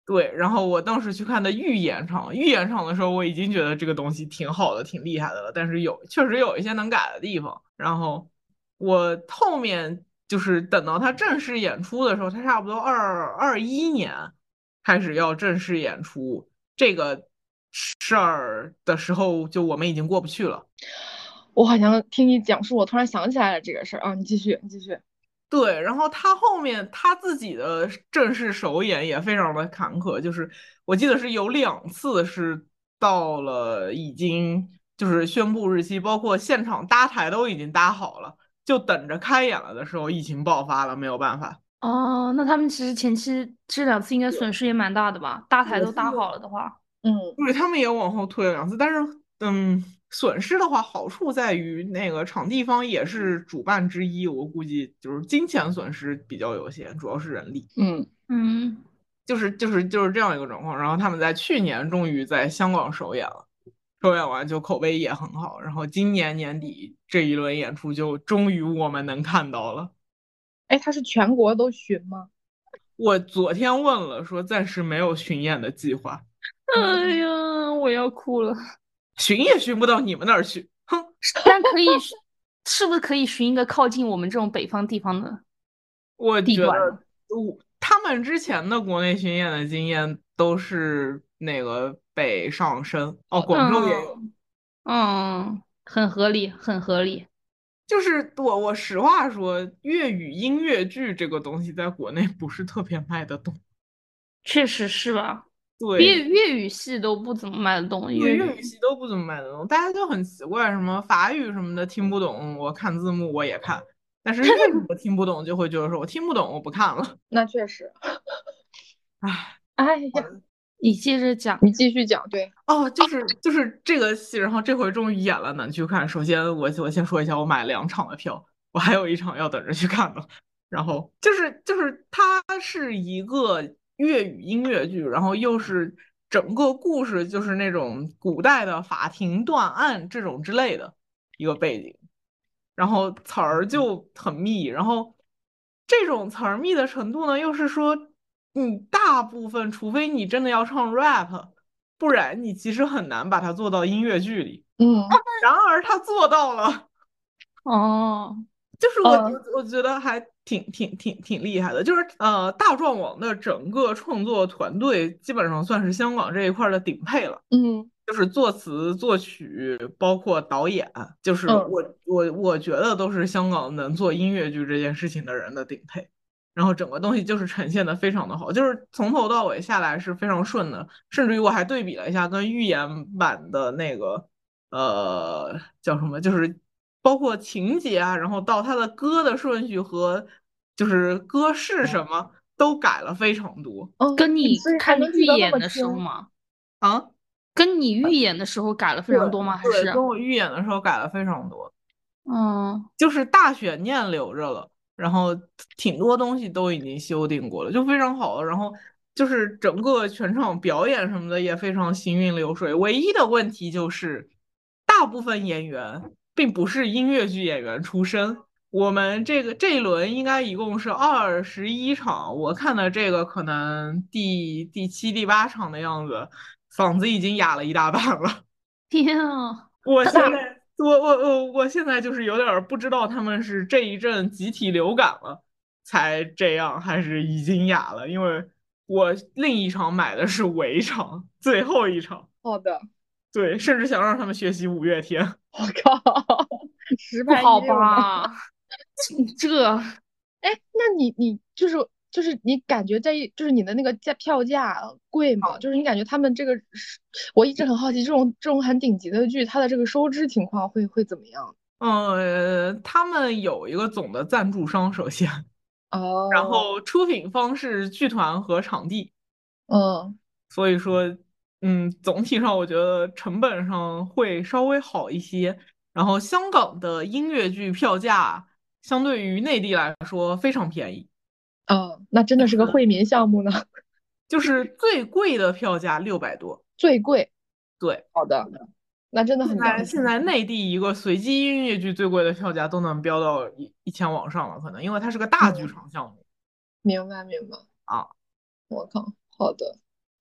对，然后我当时去看的预演场，预演场的时候我已经觉得这个东西挺好的，挺厉害的了，但是有确实有一些能改的地方。然后我后面就是等到他正式演出的时候，他差不多二二一年开始要正式演出这个事儿的时候，就我们已经过不去了。 我好像听你讲述，我突然想起来了这个事儿啊，你继续，你继续。 对，然后他后面他自己的正式首演也非常的坎坷，就是我记得是有两次是到了已经就是宣布日期，包括现场搭台都已经搭好了，就等着开演了的时候，疫情爆发了，没有办法。 哦，那他们其实前期这两次应该损失也蛮大的吧？搭台对， 都搭好了的话， 嗯， 对，他们也往后推了两次，但是嗯，损失的话，好处在于那个场地方也是主办之一，我估计就是金钱损失比较有限，主要是人力。 嗯嗯， 就是就是就是这样一个状况。然后他们在去年终于在香港首演了，首演完就口碑也很好。然后今年年底这一轮演出就终于我们能看到了。 哎，他是全国都巡吗？ 我昨天问了，说暂时没有巡演的计划， 哎呀，我要哭了。 巡也巡不到你们那儿去。哼， 但可以，是不是可以寻一个靠近我们这种北方地方的我觉得地段呢？ 我他们之前的国内巡演的经验都是那个北上深，哦，广州也有。 嗯嗯，很合理，很合理。 就是我我实话说，粤语音乐剧这个东西在国内不是特别卖得动。 确实是吧？ 对， 粤粤语系都不怎么卖得动， 对，粤语粤语。 系都不怎么卖得动，大家就很奇怪，什么法语什么的听不懂，我看字幕我也看，但是粤语我听不懂，就会觉得说我听不懂，我不看了。 那确实。 唉， 哎呀， 你接着讲。 你继续讲。对， 哦，就是就是这个戏，然后这回终于演了，能去看。首先我我先说一下，我买两场的票，我还有一场要等着去看呢。然后就是就是它是一个粤语音乐剧，然后又是整个故事就是那种古代的法庭断案这种之类的一个背景，然后词儿就很密，然后这种词儿密的程度呢，又是说你大部分，除非你真的要唱 rap。不然你其实很难把它做到音乐剧里。 嗯然而他做到了， 哦， 就是我嗯我我觉得还挺挺挺挺厉害的。就是呃，大壮网的整个创作团队基本上算是香港这一块的顶配了。 嗯就是作词、作曲，包括导演，就是嗯， 我我我觉得都是香港能做音乐剧这件事情的人的顶配。然后整个东西就是呈现的非常的好，就是从头到尾下来是非常顺的，甚至于我还对比了一下跟预演版的那个呃叫什么，就是包括情节啊，然后到他的歌的顺序和就是歌是什么都改了非常多哦， 跟你所以还看能记得那么预演的时候清。 吗？ 啊。 跟你预演的时候改了非对常多吗？还对， 是？ 跟我预演的时候改了非常多。 嗯， 就是大悬念留着了，然后挺多东西都已经修订过了，就非常好了。然后就是整个全场表演什么的也非常行云流水。唯一的问题就是，大部分演员并不是音乐剧演员出身。我们这个这一轮应该一共是二十一场，我看的这个可能第第七、第八场的样子，嗓子已经哑了一大半了。 天啊， 我他现在，我我我我现在就是有点儿不知道他们是这一阵集体流感了才这样，还是已经哑了。因为我另一场买的是尾场，最后一场， 好的， 对，甚至想让他们学习五月天。 我靠，实拍一不好六呢？ 吧？这哎，那你你就是就是你感觉在就是你的那个价票价贵吗？就是你感觉他们这个是，我一直很好奇，这种这种很顶级的剧，它的这个收支情况会会怎么样？ 呃，他们有一个总的赞助商，首先，然哦， 后出品方是剧团和场地。 嗯所以说，嗯，总体上我觉得成本上会稍微好一些。然后香港的音乐剧票价相对于内地来说非常便宜， 哦，那真的是个惠民项目呢， 就是最贵的票价六百多。 最贵。 对， 好的，那真的现很良心。 在现在内地一个随机音乐剧最贵的票价都能飙到一一千往上了，可能因为它是个大剧嗯， 场项目明白明白。 啊。 我靠，好的。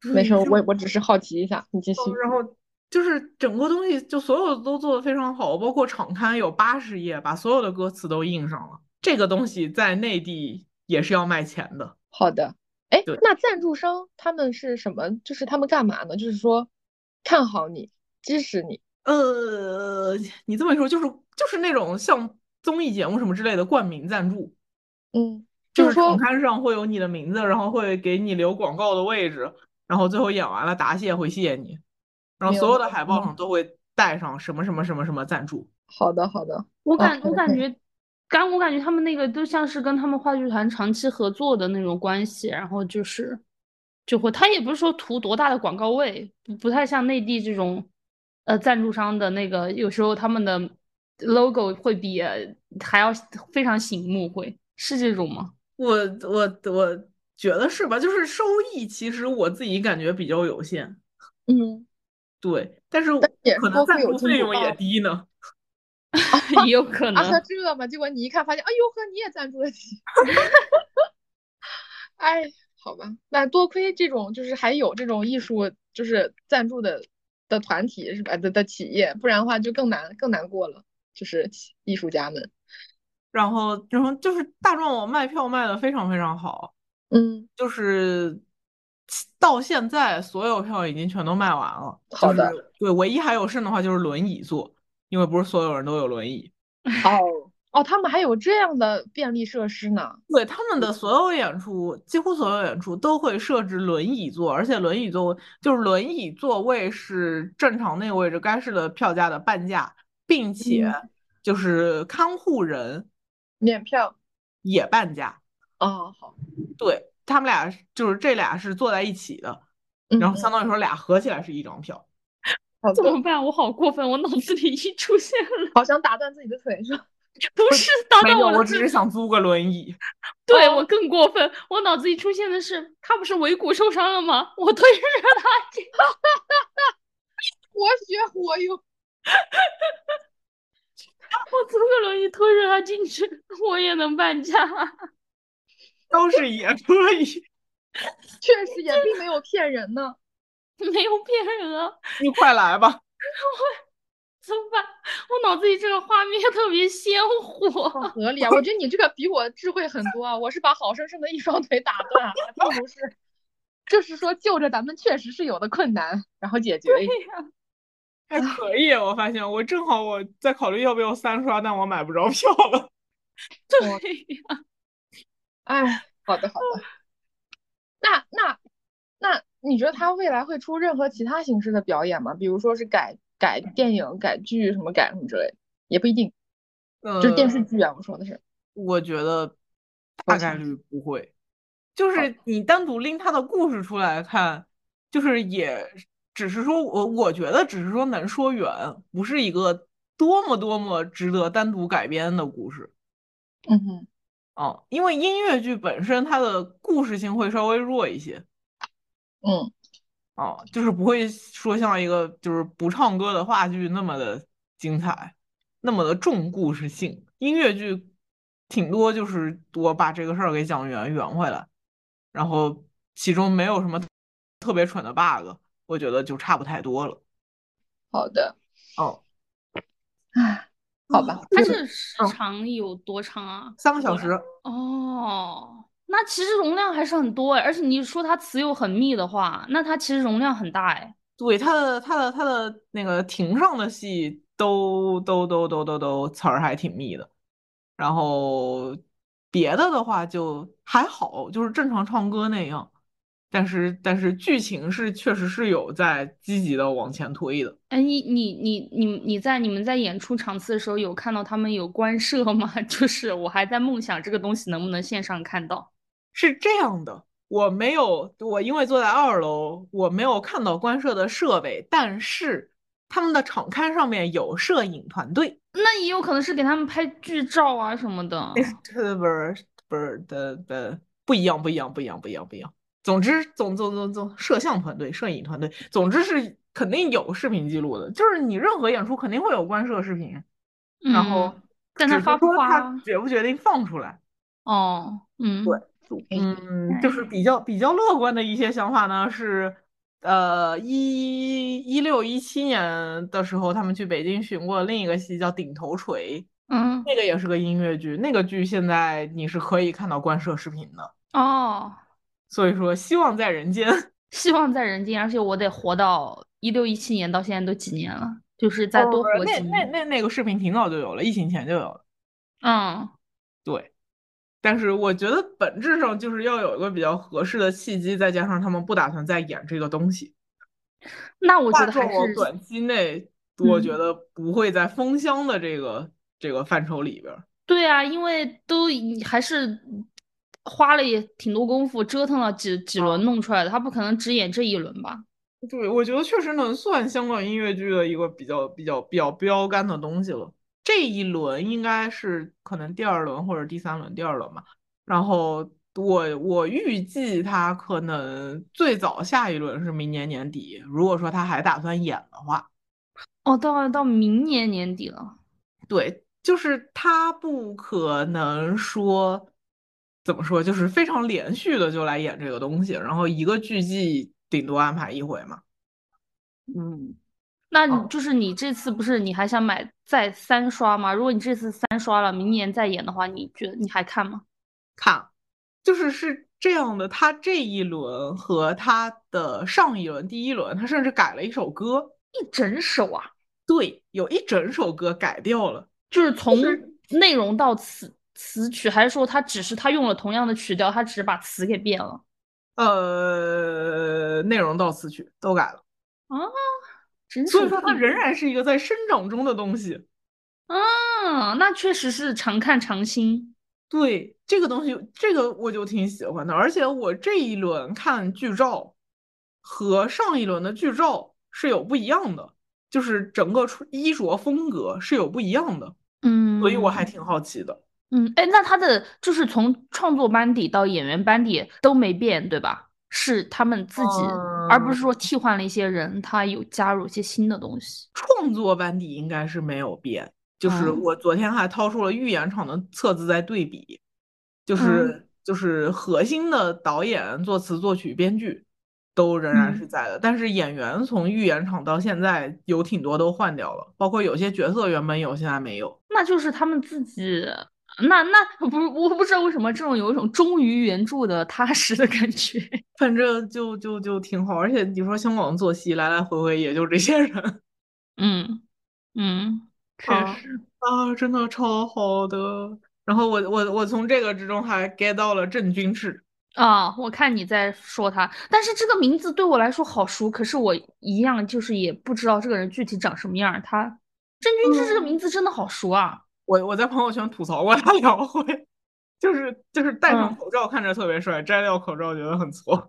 没事， 对，就我我只是好奇一下，你继哦， 续。 然后就是整个东西就所有的都做得非常好，包括场刊有八十页，把所有的歌词都印上了。这个东西在内地也是要卖钱的。 好的，哎， 对， 那赞助商他们是什么？就是他们干嘛呢？就是说看好你，支持你。 呃，你这么一说，就是就是那种像综艺节目什么之类的冠名赞助， 嗯， 就是场就是说刊上会有你的名字，然后会给你留广告的位置，然后最后演完了答谢会谢你，然后所明白有的海报了。 上都会带上什么什么什么什么赞助。 好的，好的，OK 我感我感 OK。 觉，刚我感觉他们那个都像是跟他们话剧团长期合作的那种关系，然后就是就会，他也不是说图多大的广告位，不不太像内地这种呃赞助商的那个，有时候他们的 logo 会比呃还要非常醒目，会是这种吗？ 我我我觉得是吧？就是收益，其实我自己感觉比较有限， 嗯， 对，但是但也是可能赞多亏有助费用也金主爸爸低呢。 也有可啊， 能。 这嘛，结果你一看发现，哎呦呵，你也赞助得起。哎，好吧，那多亏这种就是还有这种艺术就是赞助的的团体是吧的的企业，不然的话就更难更难过了，就是艺术家们。 然后，然后就是大壮网卖票卖的非常非常好， 嗯， 就是到现在所有票已经全都卖完了，就是好的。 对，唯一还有剩的话就是轮椅座，因为不是所有人都有轮椅。 哦哦，他们还有这样的便利设施呢。 对，他们的所有演出，几乎所有演出都会设置轮椅座，而且轮椅座就是轮椅座位是正常那个位置该是的票价的半价，并且嗯， 就是看护人免票。 也半价。 哦，好。 对，他们俩就是这俩是坐在一起的，然后相嗯嗯， 当于说俩合起来是一张票。 好的。 怎么办？我好过分，我脑子里一出现了， 好想打断自己的腿是吧？ 不是打没有， 断我的腿， 我只是想租个轮椅。 哦， 对我更过分，我脑子里出现的是他不是尾骨受伤了吗？我推着他进， 活学活用。 我租个轮椅推着他进去，我也能半价。 倒是也可以。 确实也并没有骗人呢。 没有骗人啊！ 你快来吧。 怎么办？我脑子里这个画面特别鲜活。 好合理啊！我觉得你这个比我智慧很多啊！我是把好生生的一双腿打断，还不如是，就是说就着咱们确实是有的困难，然后解决一下。 还可以，我发现我正好我在考虑要不要三刷，但我买不着票了。 对我呀， 哎，好的好的。那那那你觉得他未来会出任何其他形式的表演吗？比如说是改改电影、改剧什么改什么之类的，也不一定，就是电呃， 视剧啊，我说的是。 我觉得抱歉。 大概率不会。就好。 是你单独拎他的故事出来看，就是也只是说我我觉得只是说能说远，不是一个多么多么值得单独改编的故事。 嗯哼。 哦，因为音乐剧本身它的故事性会稍微弱一些。 嗯。 哦，就是不会说像一个就是不唱歌的话剧那么的精彩，那么的重故事性。音乐剧挺多，就是我把这个事儿给讲圆圆回来，然后其中没有什么特别蠢的 bug，我觉得就差不太多了。 好的。 哦， 唉，好吧。 它是时嗯， 长有多长啊？我来三个小时。 哦，那其实容量还是很多哎，而且你说它词又很密的话，那它其实容量很大哎。 对，他的他的他的那个庭上的戏都都都都都都词儿还挺密的，然后别的的话就还好，就是正常唱歌那样，但是但是剧情是确实是有在积极的往前推的。 哎，你你你你你在你们在演出场次的时候有看到他们有官摄吗？就是我还在梦想这个东西能不能线上看到。 是这样的，我没有，我因为坐在二楼，我没有看到官摄的设备，但是他们的场刊上面有摄影团队。 那也有可能是给他们拍剧照啊什么的。 那是不是不是的的不一样，不一样，不一样，不一样，不一样。总之，总总总总，摄像团队、摄影团队，总之是肯定有视频记录的。就是你任何演出肯定会有观摄视频，然后嗯，但他只是发不说他发？ 决不决定放出来。 哦， 对， 嗯， 哎。 嗯，就是哎， 比较比较乐观的一些想法呢是， 呃一一六一七年的时候，他们去北京巡过另一个戏叫《顶头锤》， 嗯， 那个也是个音乐剧，那个剧现在你是可以看到官摄视频的， 哦， 所以说希望在人间。 希望在人间，而且我得活到一六一七年到现在都几年了，就是再哦， 多活那那几年。 那那个视频挺早就有了，疫情前就有了。 嗯， 对，但是我觉得本质上就是要有一个比较合适的契机，再加上他们不打算再演这个东西。 那我觉大得还是， 众短期内，我觉嗯， 得不会在封箱的这个这个范畴里边儿。 对啊，因为都已还是花了也挺多功夫，折腾了几几轮啊， 弄出来的，他不可能只演这一轮吧？ 对，我觉得确实能算香港音乐剧的一个比较比较比较标杆的东西了。这一轮应该是可能第二轮或者第三轮，第二轮吧。然后我我预计他可能最早下一轮是明年年底，如果说他还打算演的话。 哦，到到明年年底了。 对，就是他不可能说怎么说，就是非常连续的就来演这个东西，然后一个剧季顶多安排一回嘛。 嗯，那你就是你这次不是你还想买再三刷吗？如果你这次三刷了，明年再演的话，你觉得你还看吗？ 看，就是是这样的，他这一轮和他的上一轮第一轮，他甚至改了一首歌， 一整首啊， 对，有一整首歌改掉了。 就是从内容到词词曲，还是说他只是他用了同样的曲调，他只是把词给变了？ 呃，内容到词曲都改了， 啊，整所以首都一说它仍然是一个在生长中的东西。 啊，那确实是常看常新。 对，这个东西，这个我就挺喜欢的，而且我这一轮看剧照和上一轮的剧照是有不一样的，就是整个出衣着风格是有不一样的，所以我还嗯挺好奇的。 嗯，哎，那他的就是从创作班底到演员班底都没变，对吧？是他们自己，而不是说嗯， 替换了一些人，他有加入一些新的东西。 创作班底应该是没有变，就是嗯我昨天还掏出了预演场的册子在对比，就嗯是就是核心的导演、作词、作曲、编剧都仍然是嗯， 在的，但是演员从预演场到现在有挺多都换掉了，包括有些角色原本有，现在没有。 那就是他们自己。那那不是我不知道为什么这种有一种忠于原著的踏实的感觉。 反正就就就挺好，而且你说香港做戏来来回回也就这些人。 嗯嗯，确啊实。 啊，真的超好的。然后我我我从这个之中还 get 到了郑钧志。 啊，我看你在说他，但是这个名字对我来说好熟，可是我一样就是也不知道这个人具体长什么样儿。他郑钧志这个名嗯， 字真的好熟啊。 我我在朋友圈吐槽过他两回，就是就是戴上嗯， 口罩看着特别帅，摘掉口罩觉得很挫。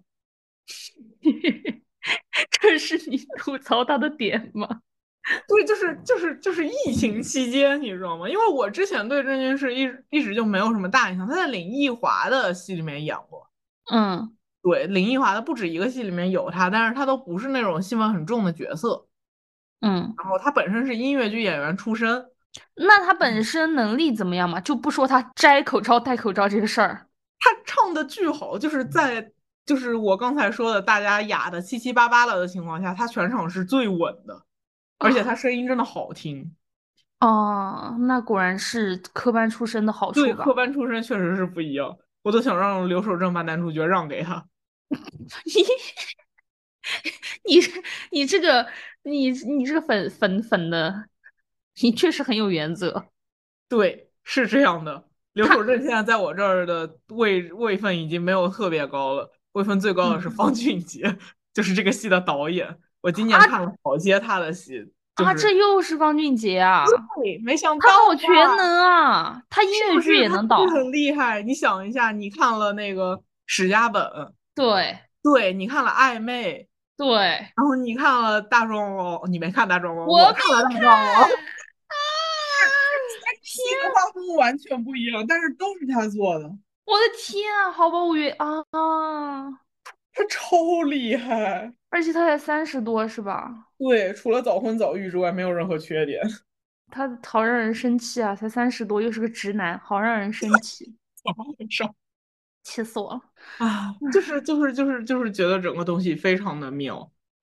这是你吐槽他的点吗？ 对，就是就是就是疫情期间，你知道吗？因为我之前对郑钧是一一直就没有什么大印象，他在林奕华的戏里面演过。 嗯对，林奕华的不止一个戏里面有他，但是他都不是那种戏份很重的角色。 嗯， 然后他本身是音乐剧演员出身， 那他本身能力怎么样嘛？就不说他摘口罩戴口罩这个事儿。 他唱的巨好，就是在就是我刚才说的大家哑的七七八八了的情况下，他全场是最稳的，而且他啊， 声音真的好听。 哦，那果然是科班出身的好对， 处吧？ 科班出身确实是不一样，我都想让刘守正把男主角让给他。 你你这个你你这个粉粉粉的，你确实很有原则。 对，是这样的。刘他守正现在在我这儿的位位分已经没有特别高了，位分最高的是嗯方俊杰，就是这个戏的导演。我今年看啊了好些他的戏，就啊，这是又是方俊杰啊！ 对，没想他到好全能啊，他音乐剧也是不是他能导。 是不是很厉害？你想一下，你看了那个史家本， 对对你看了暧昧， 对， 然后你看了大壮猫，你没看大壮猫， 我没我看了大壮猫。 看啊！ 戏的画风完全不一样，但是都是他做的， 我的天啊，毫不无语啊！ 他超厉害。 而且他才三十多是吧？ 对，除了早婚早育之外，没有任何缺点。 他好让人生气啊！才三十多，又是个直男，好让人生气， 怎么回事气死我了。 啊？就是就是就是就是觉得整个东西非常的妙。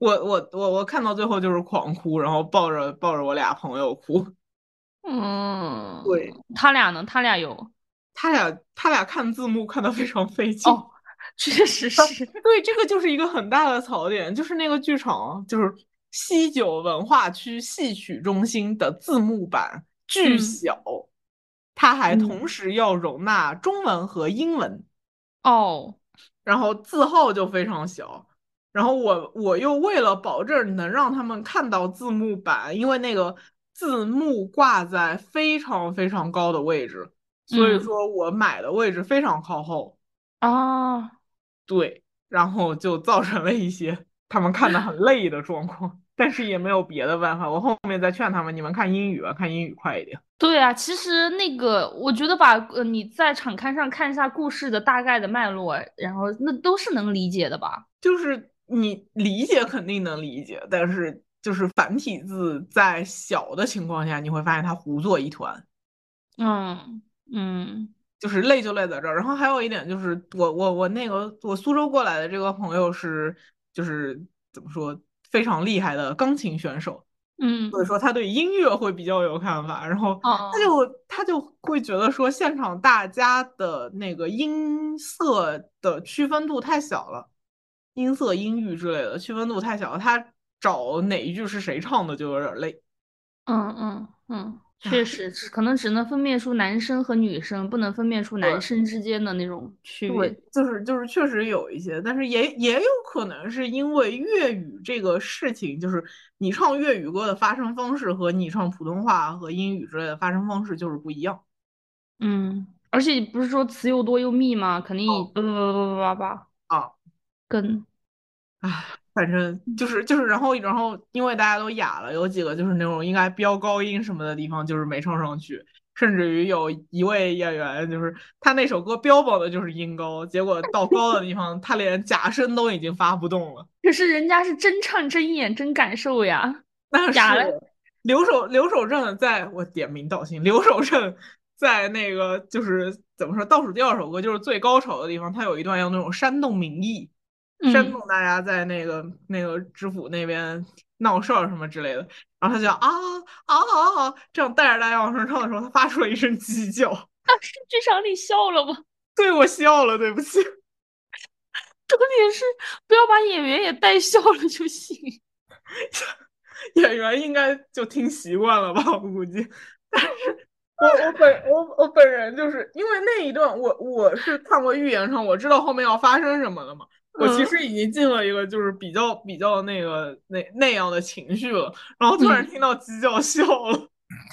我我我我看到最后就是狂哭，然后抱着抱着我俩朋友哭。 嗯， 对， 他俩呢？他俩有他俩他俩看字幕看得非常费劲。 哦，确实是。 对，这个就是一个很大的槽点，就是那个剧场就是西九文化区戏曲中心的字幕版巨嗯小，它还同嗯时要容纳中文和英文， 哦然后字号就非常小。然后我我又为了保证能让他们看到字幕版，因为那个字幕挂在非常非常高的位置，所以嗯说我买的位置非常靠后。 啊。 对，然后就造成了一些他们看的很累的状况，但是也没有别的办法。我后面再劝他们，你们看英语吧，看英语快一点。 对啊，其实那个，我觉得吧，呃，你在场刊上看一下故事的大概的脉络，然后那都是能理解的吧？ 就是你理解肯定能理解，但是就是繁体字在小的情况下，你会发现它糊作一团。 嗯嗯就是累就累在这儿。然后还有一点就是，我我我那个我苏州过来的这个朋友是就是怎么说非常厉害的钢琴选手，所以嗯， 说他对音乐会比较有看法。然后他哦就他就会觉得说现场大家的那个音色的区分度太小了，音色、音域之类的区分度太小了，他找哪一句是谁唱的就有点累。 嗯嗯嗯，确实是，可能只能分辨出男生和女生，不能分辨出男对， 生之间的那种区对， 别。 就是就是确实有一些，但是也也有可能是因为粤语这个事情，就是你唱粤语歌的发声方式和你唱普通话和英语之类的发声方式就是不一样。 嗯，而且不是说词又多又密吗？肯定哦叭叭叭叭叭叭叭啊， 跟。 唉，反正就是就是，然后然后因为大家都哑了，有几个就是那种应该飙高音什么的地方，就是没唱上去，甚至于有一位演员，就是他那首歌标榜的就是音高，结果到高的地方，他连假声都已经发不动了。 可是人家是真唱真演真感受呀， 但是哑了。 留守留守镇在我点名道姓，留守镇在那个就是怎么说倒数第二首歌就是最高潮的地方，它有一段要那种煽动民意，煽嗯， 动大家在那个那个知府那边闹事儿什么之类的。然后他就啊啊啊啊，这样带着大家往上唱的时候，他发出了一声鸡叫。 当时剧场里笑了吗？ 对，我笑了，对不起。 重点是不要把演员也带笑了就行。 演员应该就听习惯了吧，我估计。但是我我本我我本人就是因为那一段，我我是看过预言上，我知道后面要发生什么了嘛。我其嗯实已经进了一个就是比较比较那个那那样的情绪了，然后突然嗯， 听到鸡叫笑了。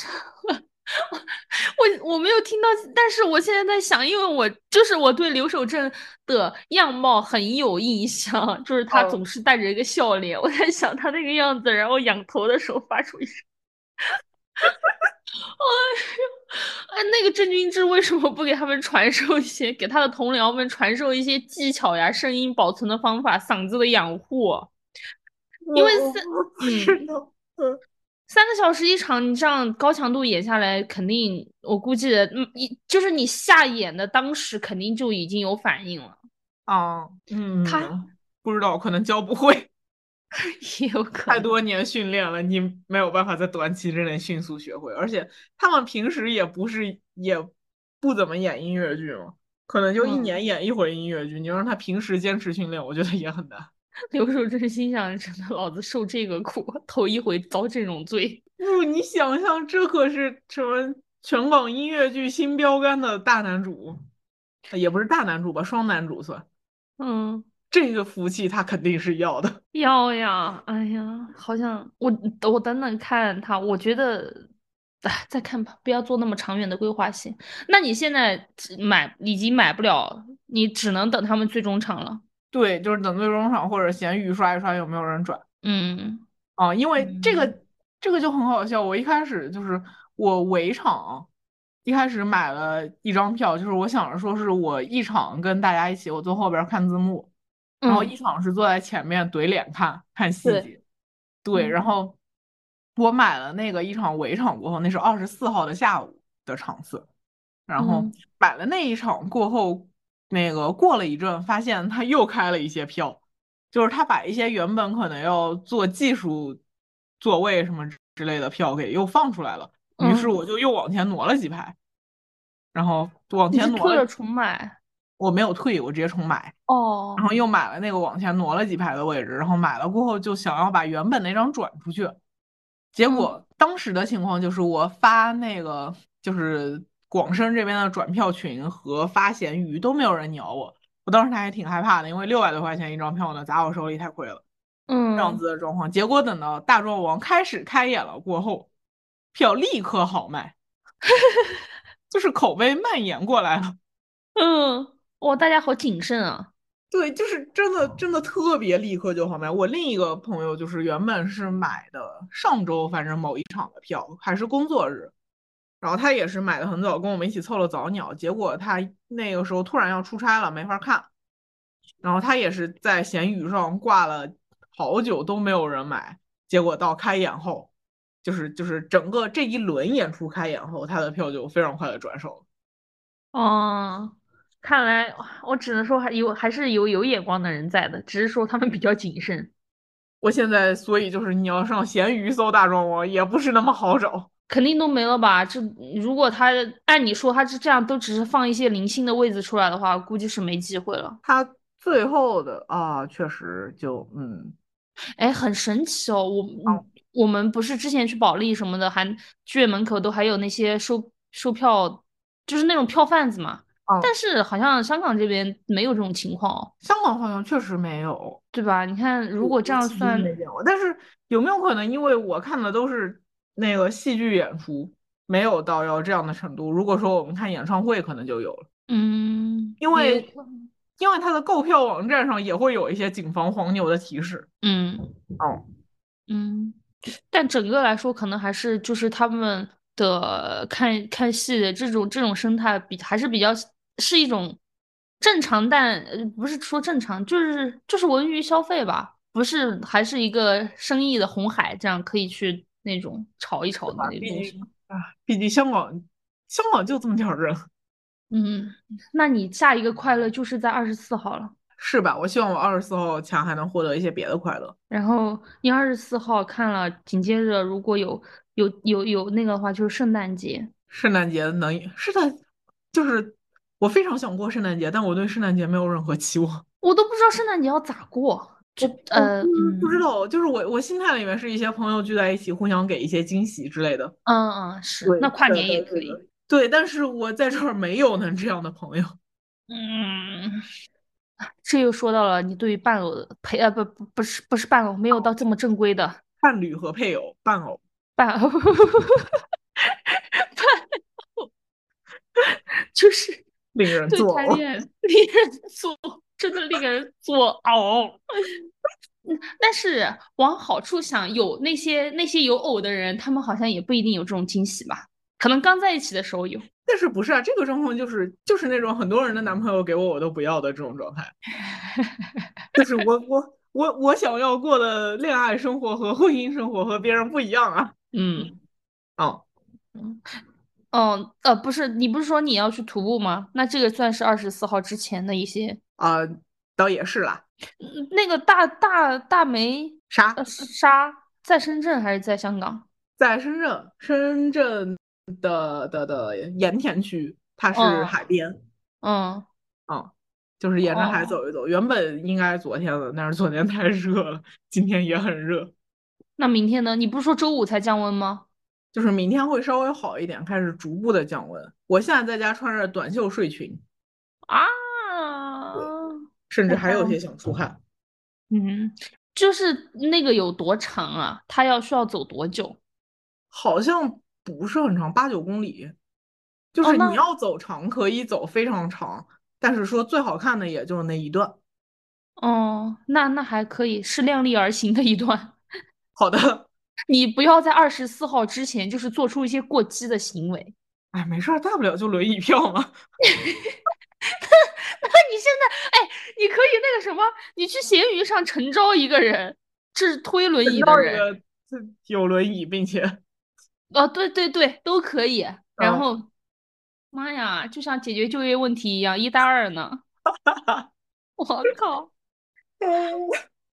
我我没有听到，但是我现在在想，因为我就是我对刘守正的样貌很有印象，就是他哦， 总是带着一个笑脸，我在想他那个样子，然后仰头的时候发出一声。哎，那个郑钧志为什么不给他们传授一些，给他的同僚们传授一些技巧呀、声音保存的方法、嗓子的养护？因为我我三， 不知嗯， 道。嗯， 三个小时一场，你这样高强度演下来，肯定我估计，嗯，一就是你下演的当时肯定就已经有反应了。 啊， 他嗯，不知道，可能教不会。 也有可太能。 多年训练了，你没有办法在短期之内迅速学会。而且他们平时也不是也不怎么演音乐剧嘛，可能就一嗯， 年演一回音乐剧。你让他平时坚持训练，我觉得也很难。 刘守正心想，真的老子受这个苦，头一回遭这种罪。 不，你想想，这可是什么全港音乐剧新标杆的大男主，也不是大男主吧，双男主算。 嗯。 这个福气他肯定是要的。 要呀，哎呀，好像我我等等看他，我觉得，哎，再看吧，不要做那么长远的规划性。那你现在只买已经买不了，你只能等他们最终场了。 对，就是等最终场或者闲鱼刷一刷有没有人转。 嗯啊，因为这嗯个这个就很好笑。我一开始就是我围场，一开始买了一张票，就是我想着说是我一场跟大家一起，我坐后边看字幕，然后一嗯， 场是坐在前面怼脸看看细对， 节。对， 嗯然后我买了那个一场围场过后，那是二十四号的下午的场次，然后嗯买了那一场过后，那个过了一阵，发现他又开了一些票。 就是他把一些原本可能要做技术座位什么之类的票给又放出来了，于是嗯， 我就又往前挪了几排，然后往你是前挪了， 退了重买？ 我没有退，我直接重买，然哦， 后又买了那个往前挪了几排的位置，然后买了过后就想要把原本那张转出去，结嗯果当时的情况就是我发那个就是广深这边的转票群和发闲鱼都没有人鸟我，我当时还挺害怕的，因为六百多块钱一张票呢，砸我手里太亏了。这样嗯子的状况，结果等到大壮王开始开演了过后，票立刻好卖，就是口碑蔓延过来了。 嗯，哇，大家好谨慎啊。 对，就是真的真的特别立刻就好卖。我另一个朋友就是原本是买的上周反正某一场的票，还是工作日，然后他也是买的很早，跟我们一起凑了早鸟，结果他那个时候突然要出差了，没法看，然后他也是在闲鱼上挂了好久都没有人买，结果到开演后，就是就是整个这一轮演出开演后，他的票就非常快的转手了。 哦，看来我只能说还有还是有有眼光的人在的，只是说他们比较谨慎。 我现在所以就是你要上闲鱼搜大壮王也不是那么好找。 肯定都没了吧？这如果他按你说他是这样，都只是放一些零星的位置出来的话，估计是没机会了。 他最后的啊，确实就嗯哎，很神奇哦！我哦嗯，我们不是之前去保利什么的，还剧院门口都还有那些售售票，就是那种票贩子嘛。但哦， 是好像香港这边没有这种情况哦， 香港好像确实没有， 对吧？你看，如果这我我其实是样算， 没见过，但是有没有可能因为我看的都是那个戏剧演出，没有到要这样的程度？如果说我们看演唱会，可能就有了。 嗯，也有因为可能， 因为它的购票网站上也会有一些谨防黄牛的提示。 嗯哦， 嗯。但整个来说，可能还是就是他们的看看戏的这种这种生态比还是比较是一种正常，但呃不是说正常，就是就是文娱消费吧，不是还是一个生意的红海，这样可以去那种炒一炒的对吧？毕竟那个东西。 啊，毕竟香港香港就这么点儿人， 嗯，那你下一个快乐就是在二十四号了。 是吧？我希望我二十四号前还能获得一些别的快乐。 然后你二十四号看了，紧接着如果有有有有那个的话，就是圣诞节。 圣诞节能是的，就是我非常想过圣诞节，但我对圣诞节没有任何期望。 我都不知道圣诞节要咋过。就我我呃不不知嗯道，就是我我心态里面是一些朋友聚在一起，互相给一些惊喜之类的。 嗯嗯是， 对， 那跨的年也可以。 的是的，对，但是我在这儿没有呢这样的朋友。 嗯，这又说到了你对于伴偶的陪呃不不不是不是伴偶，没有到这么正规的伴侣和配偶、伴偶， 伴偶，就是令人对作呕。 谈恋爱令人作，真的令人作呕。嗯，但是往好处想，有那些那些有偶的人，他们好像也不一定有这种惊喜吧？可能刚在一起的时候有。 但是不是啊？这个状况就是就是那种很多人的男朋友给我我都不要的这种状态，就是我我我我想要过的恋爱生活和婚姻生活和别人不一样啊。 嗯哦嗯哦呃，不是，你不是说你要去徒步吗？那这个算是二十四号之前的一些。 啊、倒也是啦。 嗯那个大大大梅呃啥？ 沙在深圳还是在香港？ 在深圳，深圳的的的盐田区，它是嗯海边。 嗯啊、就是沿着海哦， 走一走。原本应该昨天的，但是昨天太热了，今天也很热。 那明天呢？你不是说周五才降温吗？ 就是明天会稍微好一点，开始逐步的降温。我现在在家穿着短袖睡裙， 啊， 对，甚至我靠， 还有些想出汗。 嗯，就是那个有多长啊？他要需要走多久？ 好像不是很长，八九公里。就哦， 是你那要走长可以走非常长，但是说最好看的也就那一段。 哦，那那还可以，是量力而行的一段。 好的， 你不要在二十四号之前就是做出一些过激的行为。 哎，没事儿，大不了就轮椅票嘛。 那你现在，哎，你可以那个什么，你去闲鱼上诚招一个人，是推轮等椅的人。 到一个有轮椅，并且， 哦，对对对，都可以。然嗯， 后，妈呀，就像解决就业问题一样，一搭二呢。我靠！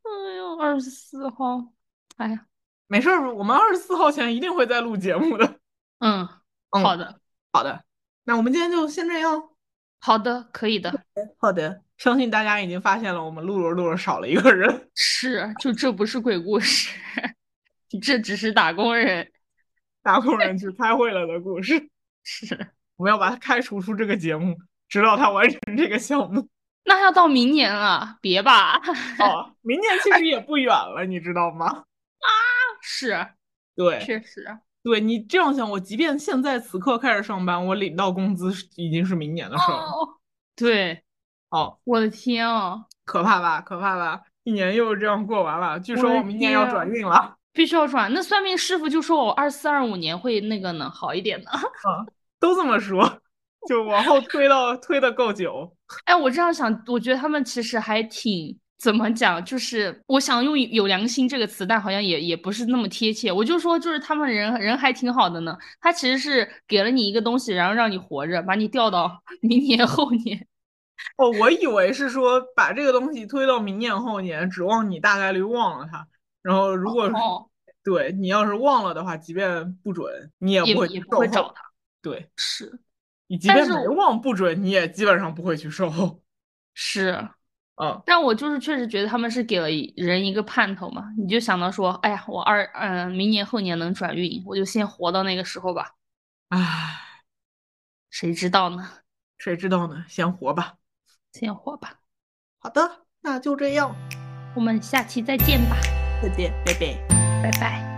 哎呦，二十四号，哎呀， 没事儿，我们二十四号前一定会再录节目的。 嗯， 嗯， 好的， 好的，那我们今天就先这样。 好的，可以的。 好的，相信大家已经发现了，我们录着录着少了一个人。 是，就这不是鬼故事，这只是打工人。 打工人去开会了的故事。 是， 我们要把他开除出这个节目，直到他完成这个项目。 那要到明年了，别吧。 哦，明年其实也不远了，你知道吗？ 啊，是， 对， 确实。 对你这样想，我即便现在此刻开始上班，我领到工资已经是明年的事了。 哦，对， 哦， 我的天啊， 可怕吧，可怕吧，一年又这样过完了。据说我的我明年要天转运了。 必须要转。那算命师傅就说我二四二五年会那个呢，好一点呢。 嗯，都这么说，就往后推到推的够久。 哎，我这样想，我觉得他们其实还挺怎么讲，就是我想用有良心这个词，但好像也也不是那么贴切。我就说，就是他们人人还挺好的呢。他其实是给了你一个东西，然后让你活着，把你调到明年后年。 哦，我以为是说把这个东西推到明年后年，指望你大概率忘了它。然后如果是、 哦， 对你要是忘了的话，即便不准，你也不会也也不售后。 会找他。 对， 是， 你即但是便没忘不准，你也基本上不会去售后。 是， 嗯， 但我就是确实觉得他们是给了人一个盼头嘛，你就想到说，哎呀，我二嗯、呃明年后年能转运，我就先活到那个时候吧。 唉， 谁知道呢？ 谁知道呢？先活吧。 先活吧。 好的，那就这样， 我们下期再见吧， 再见，拜拜。 拜拜。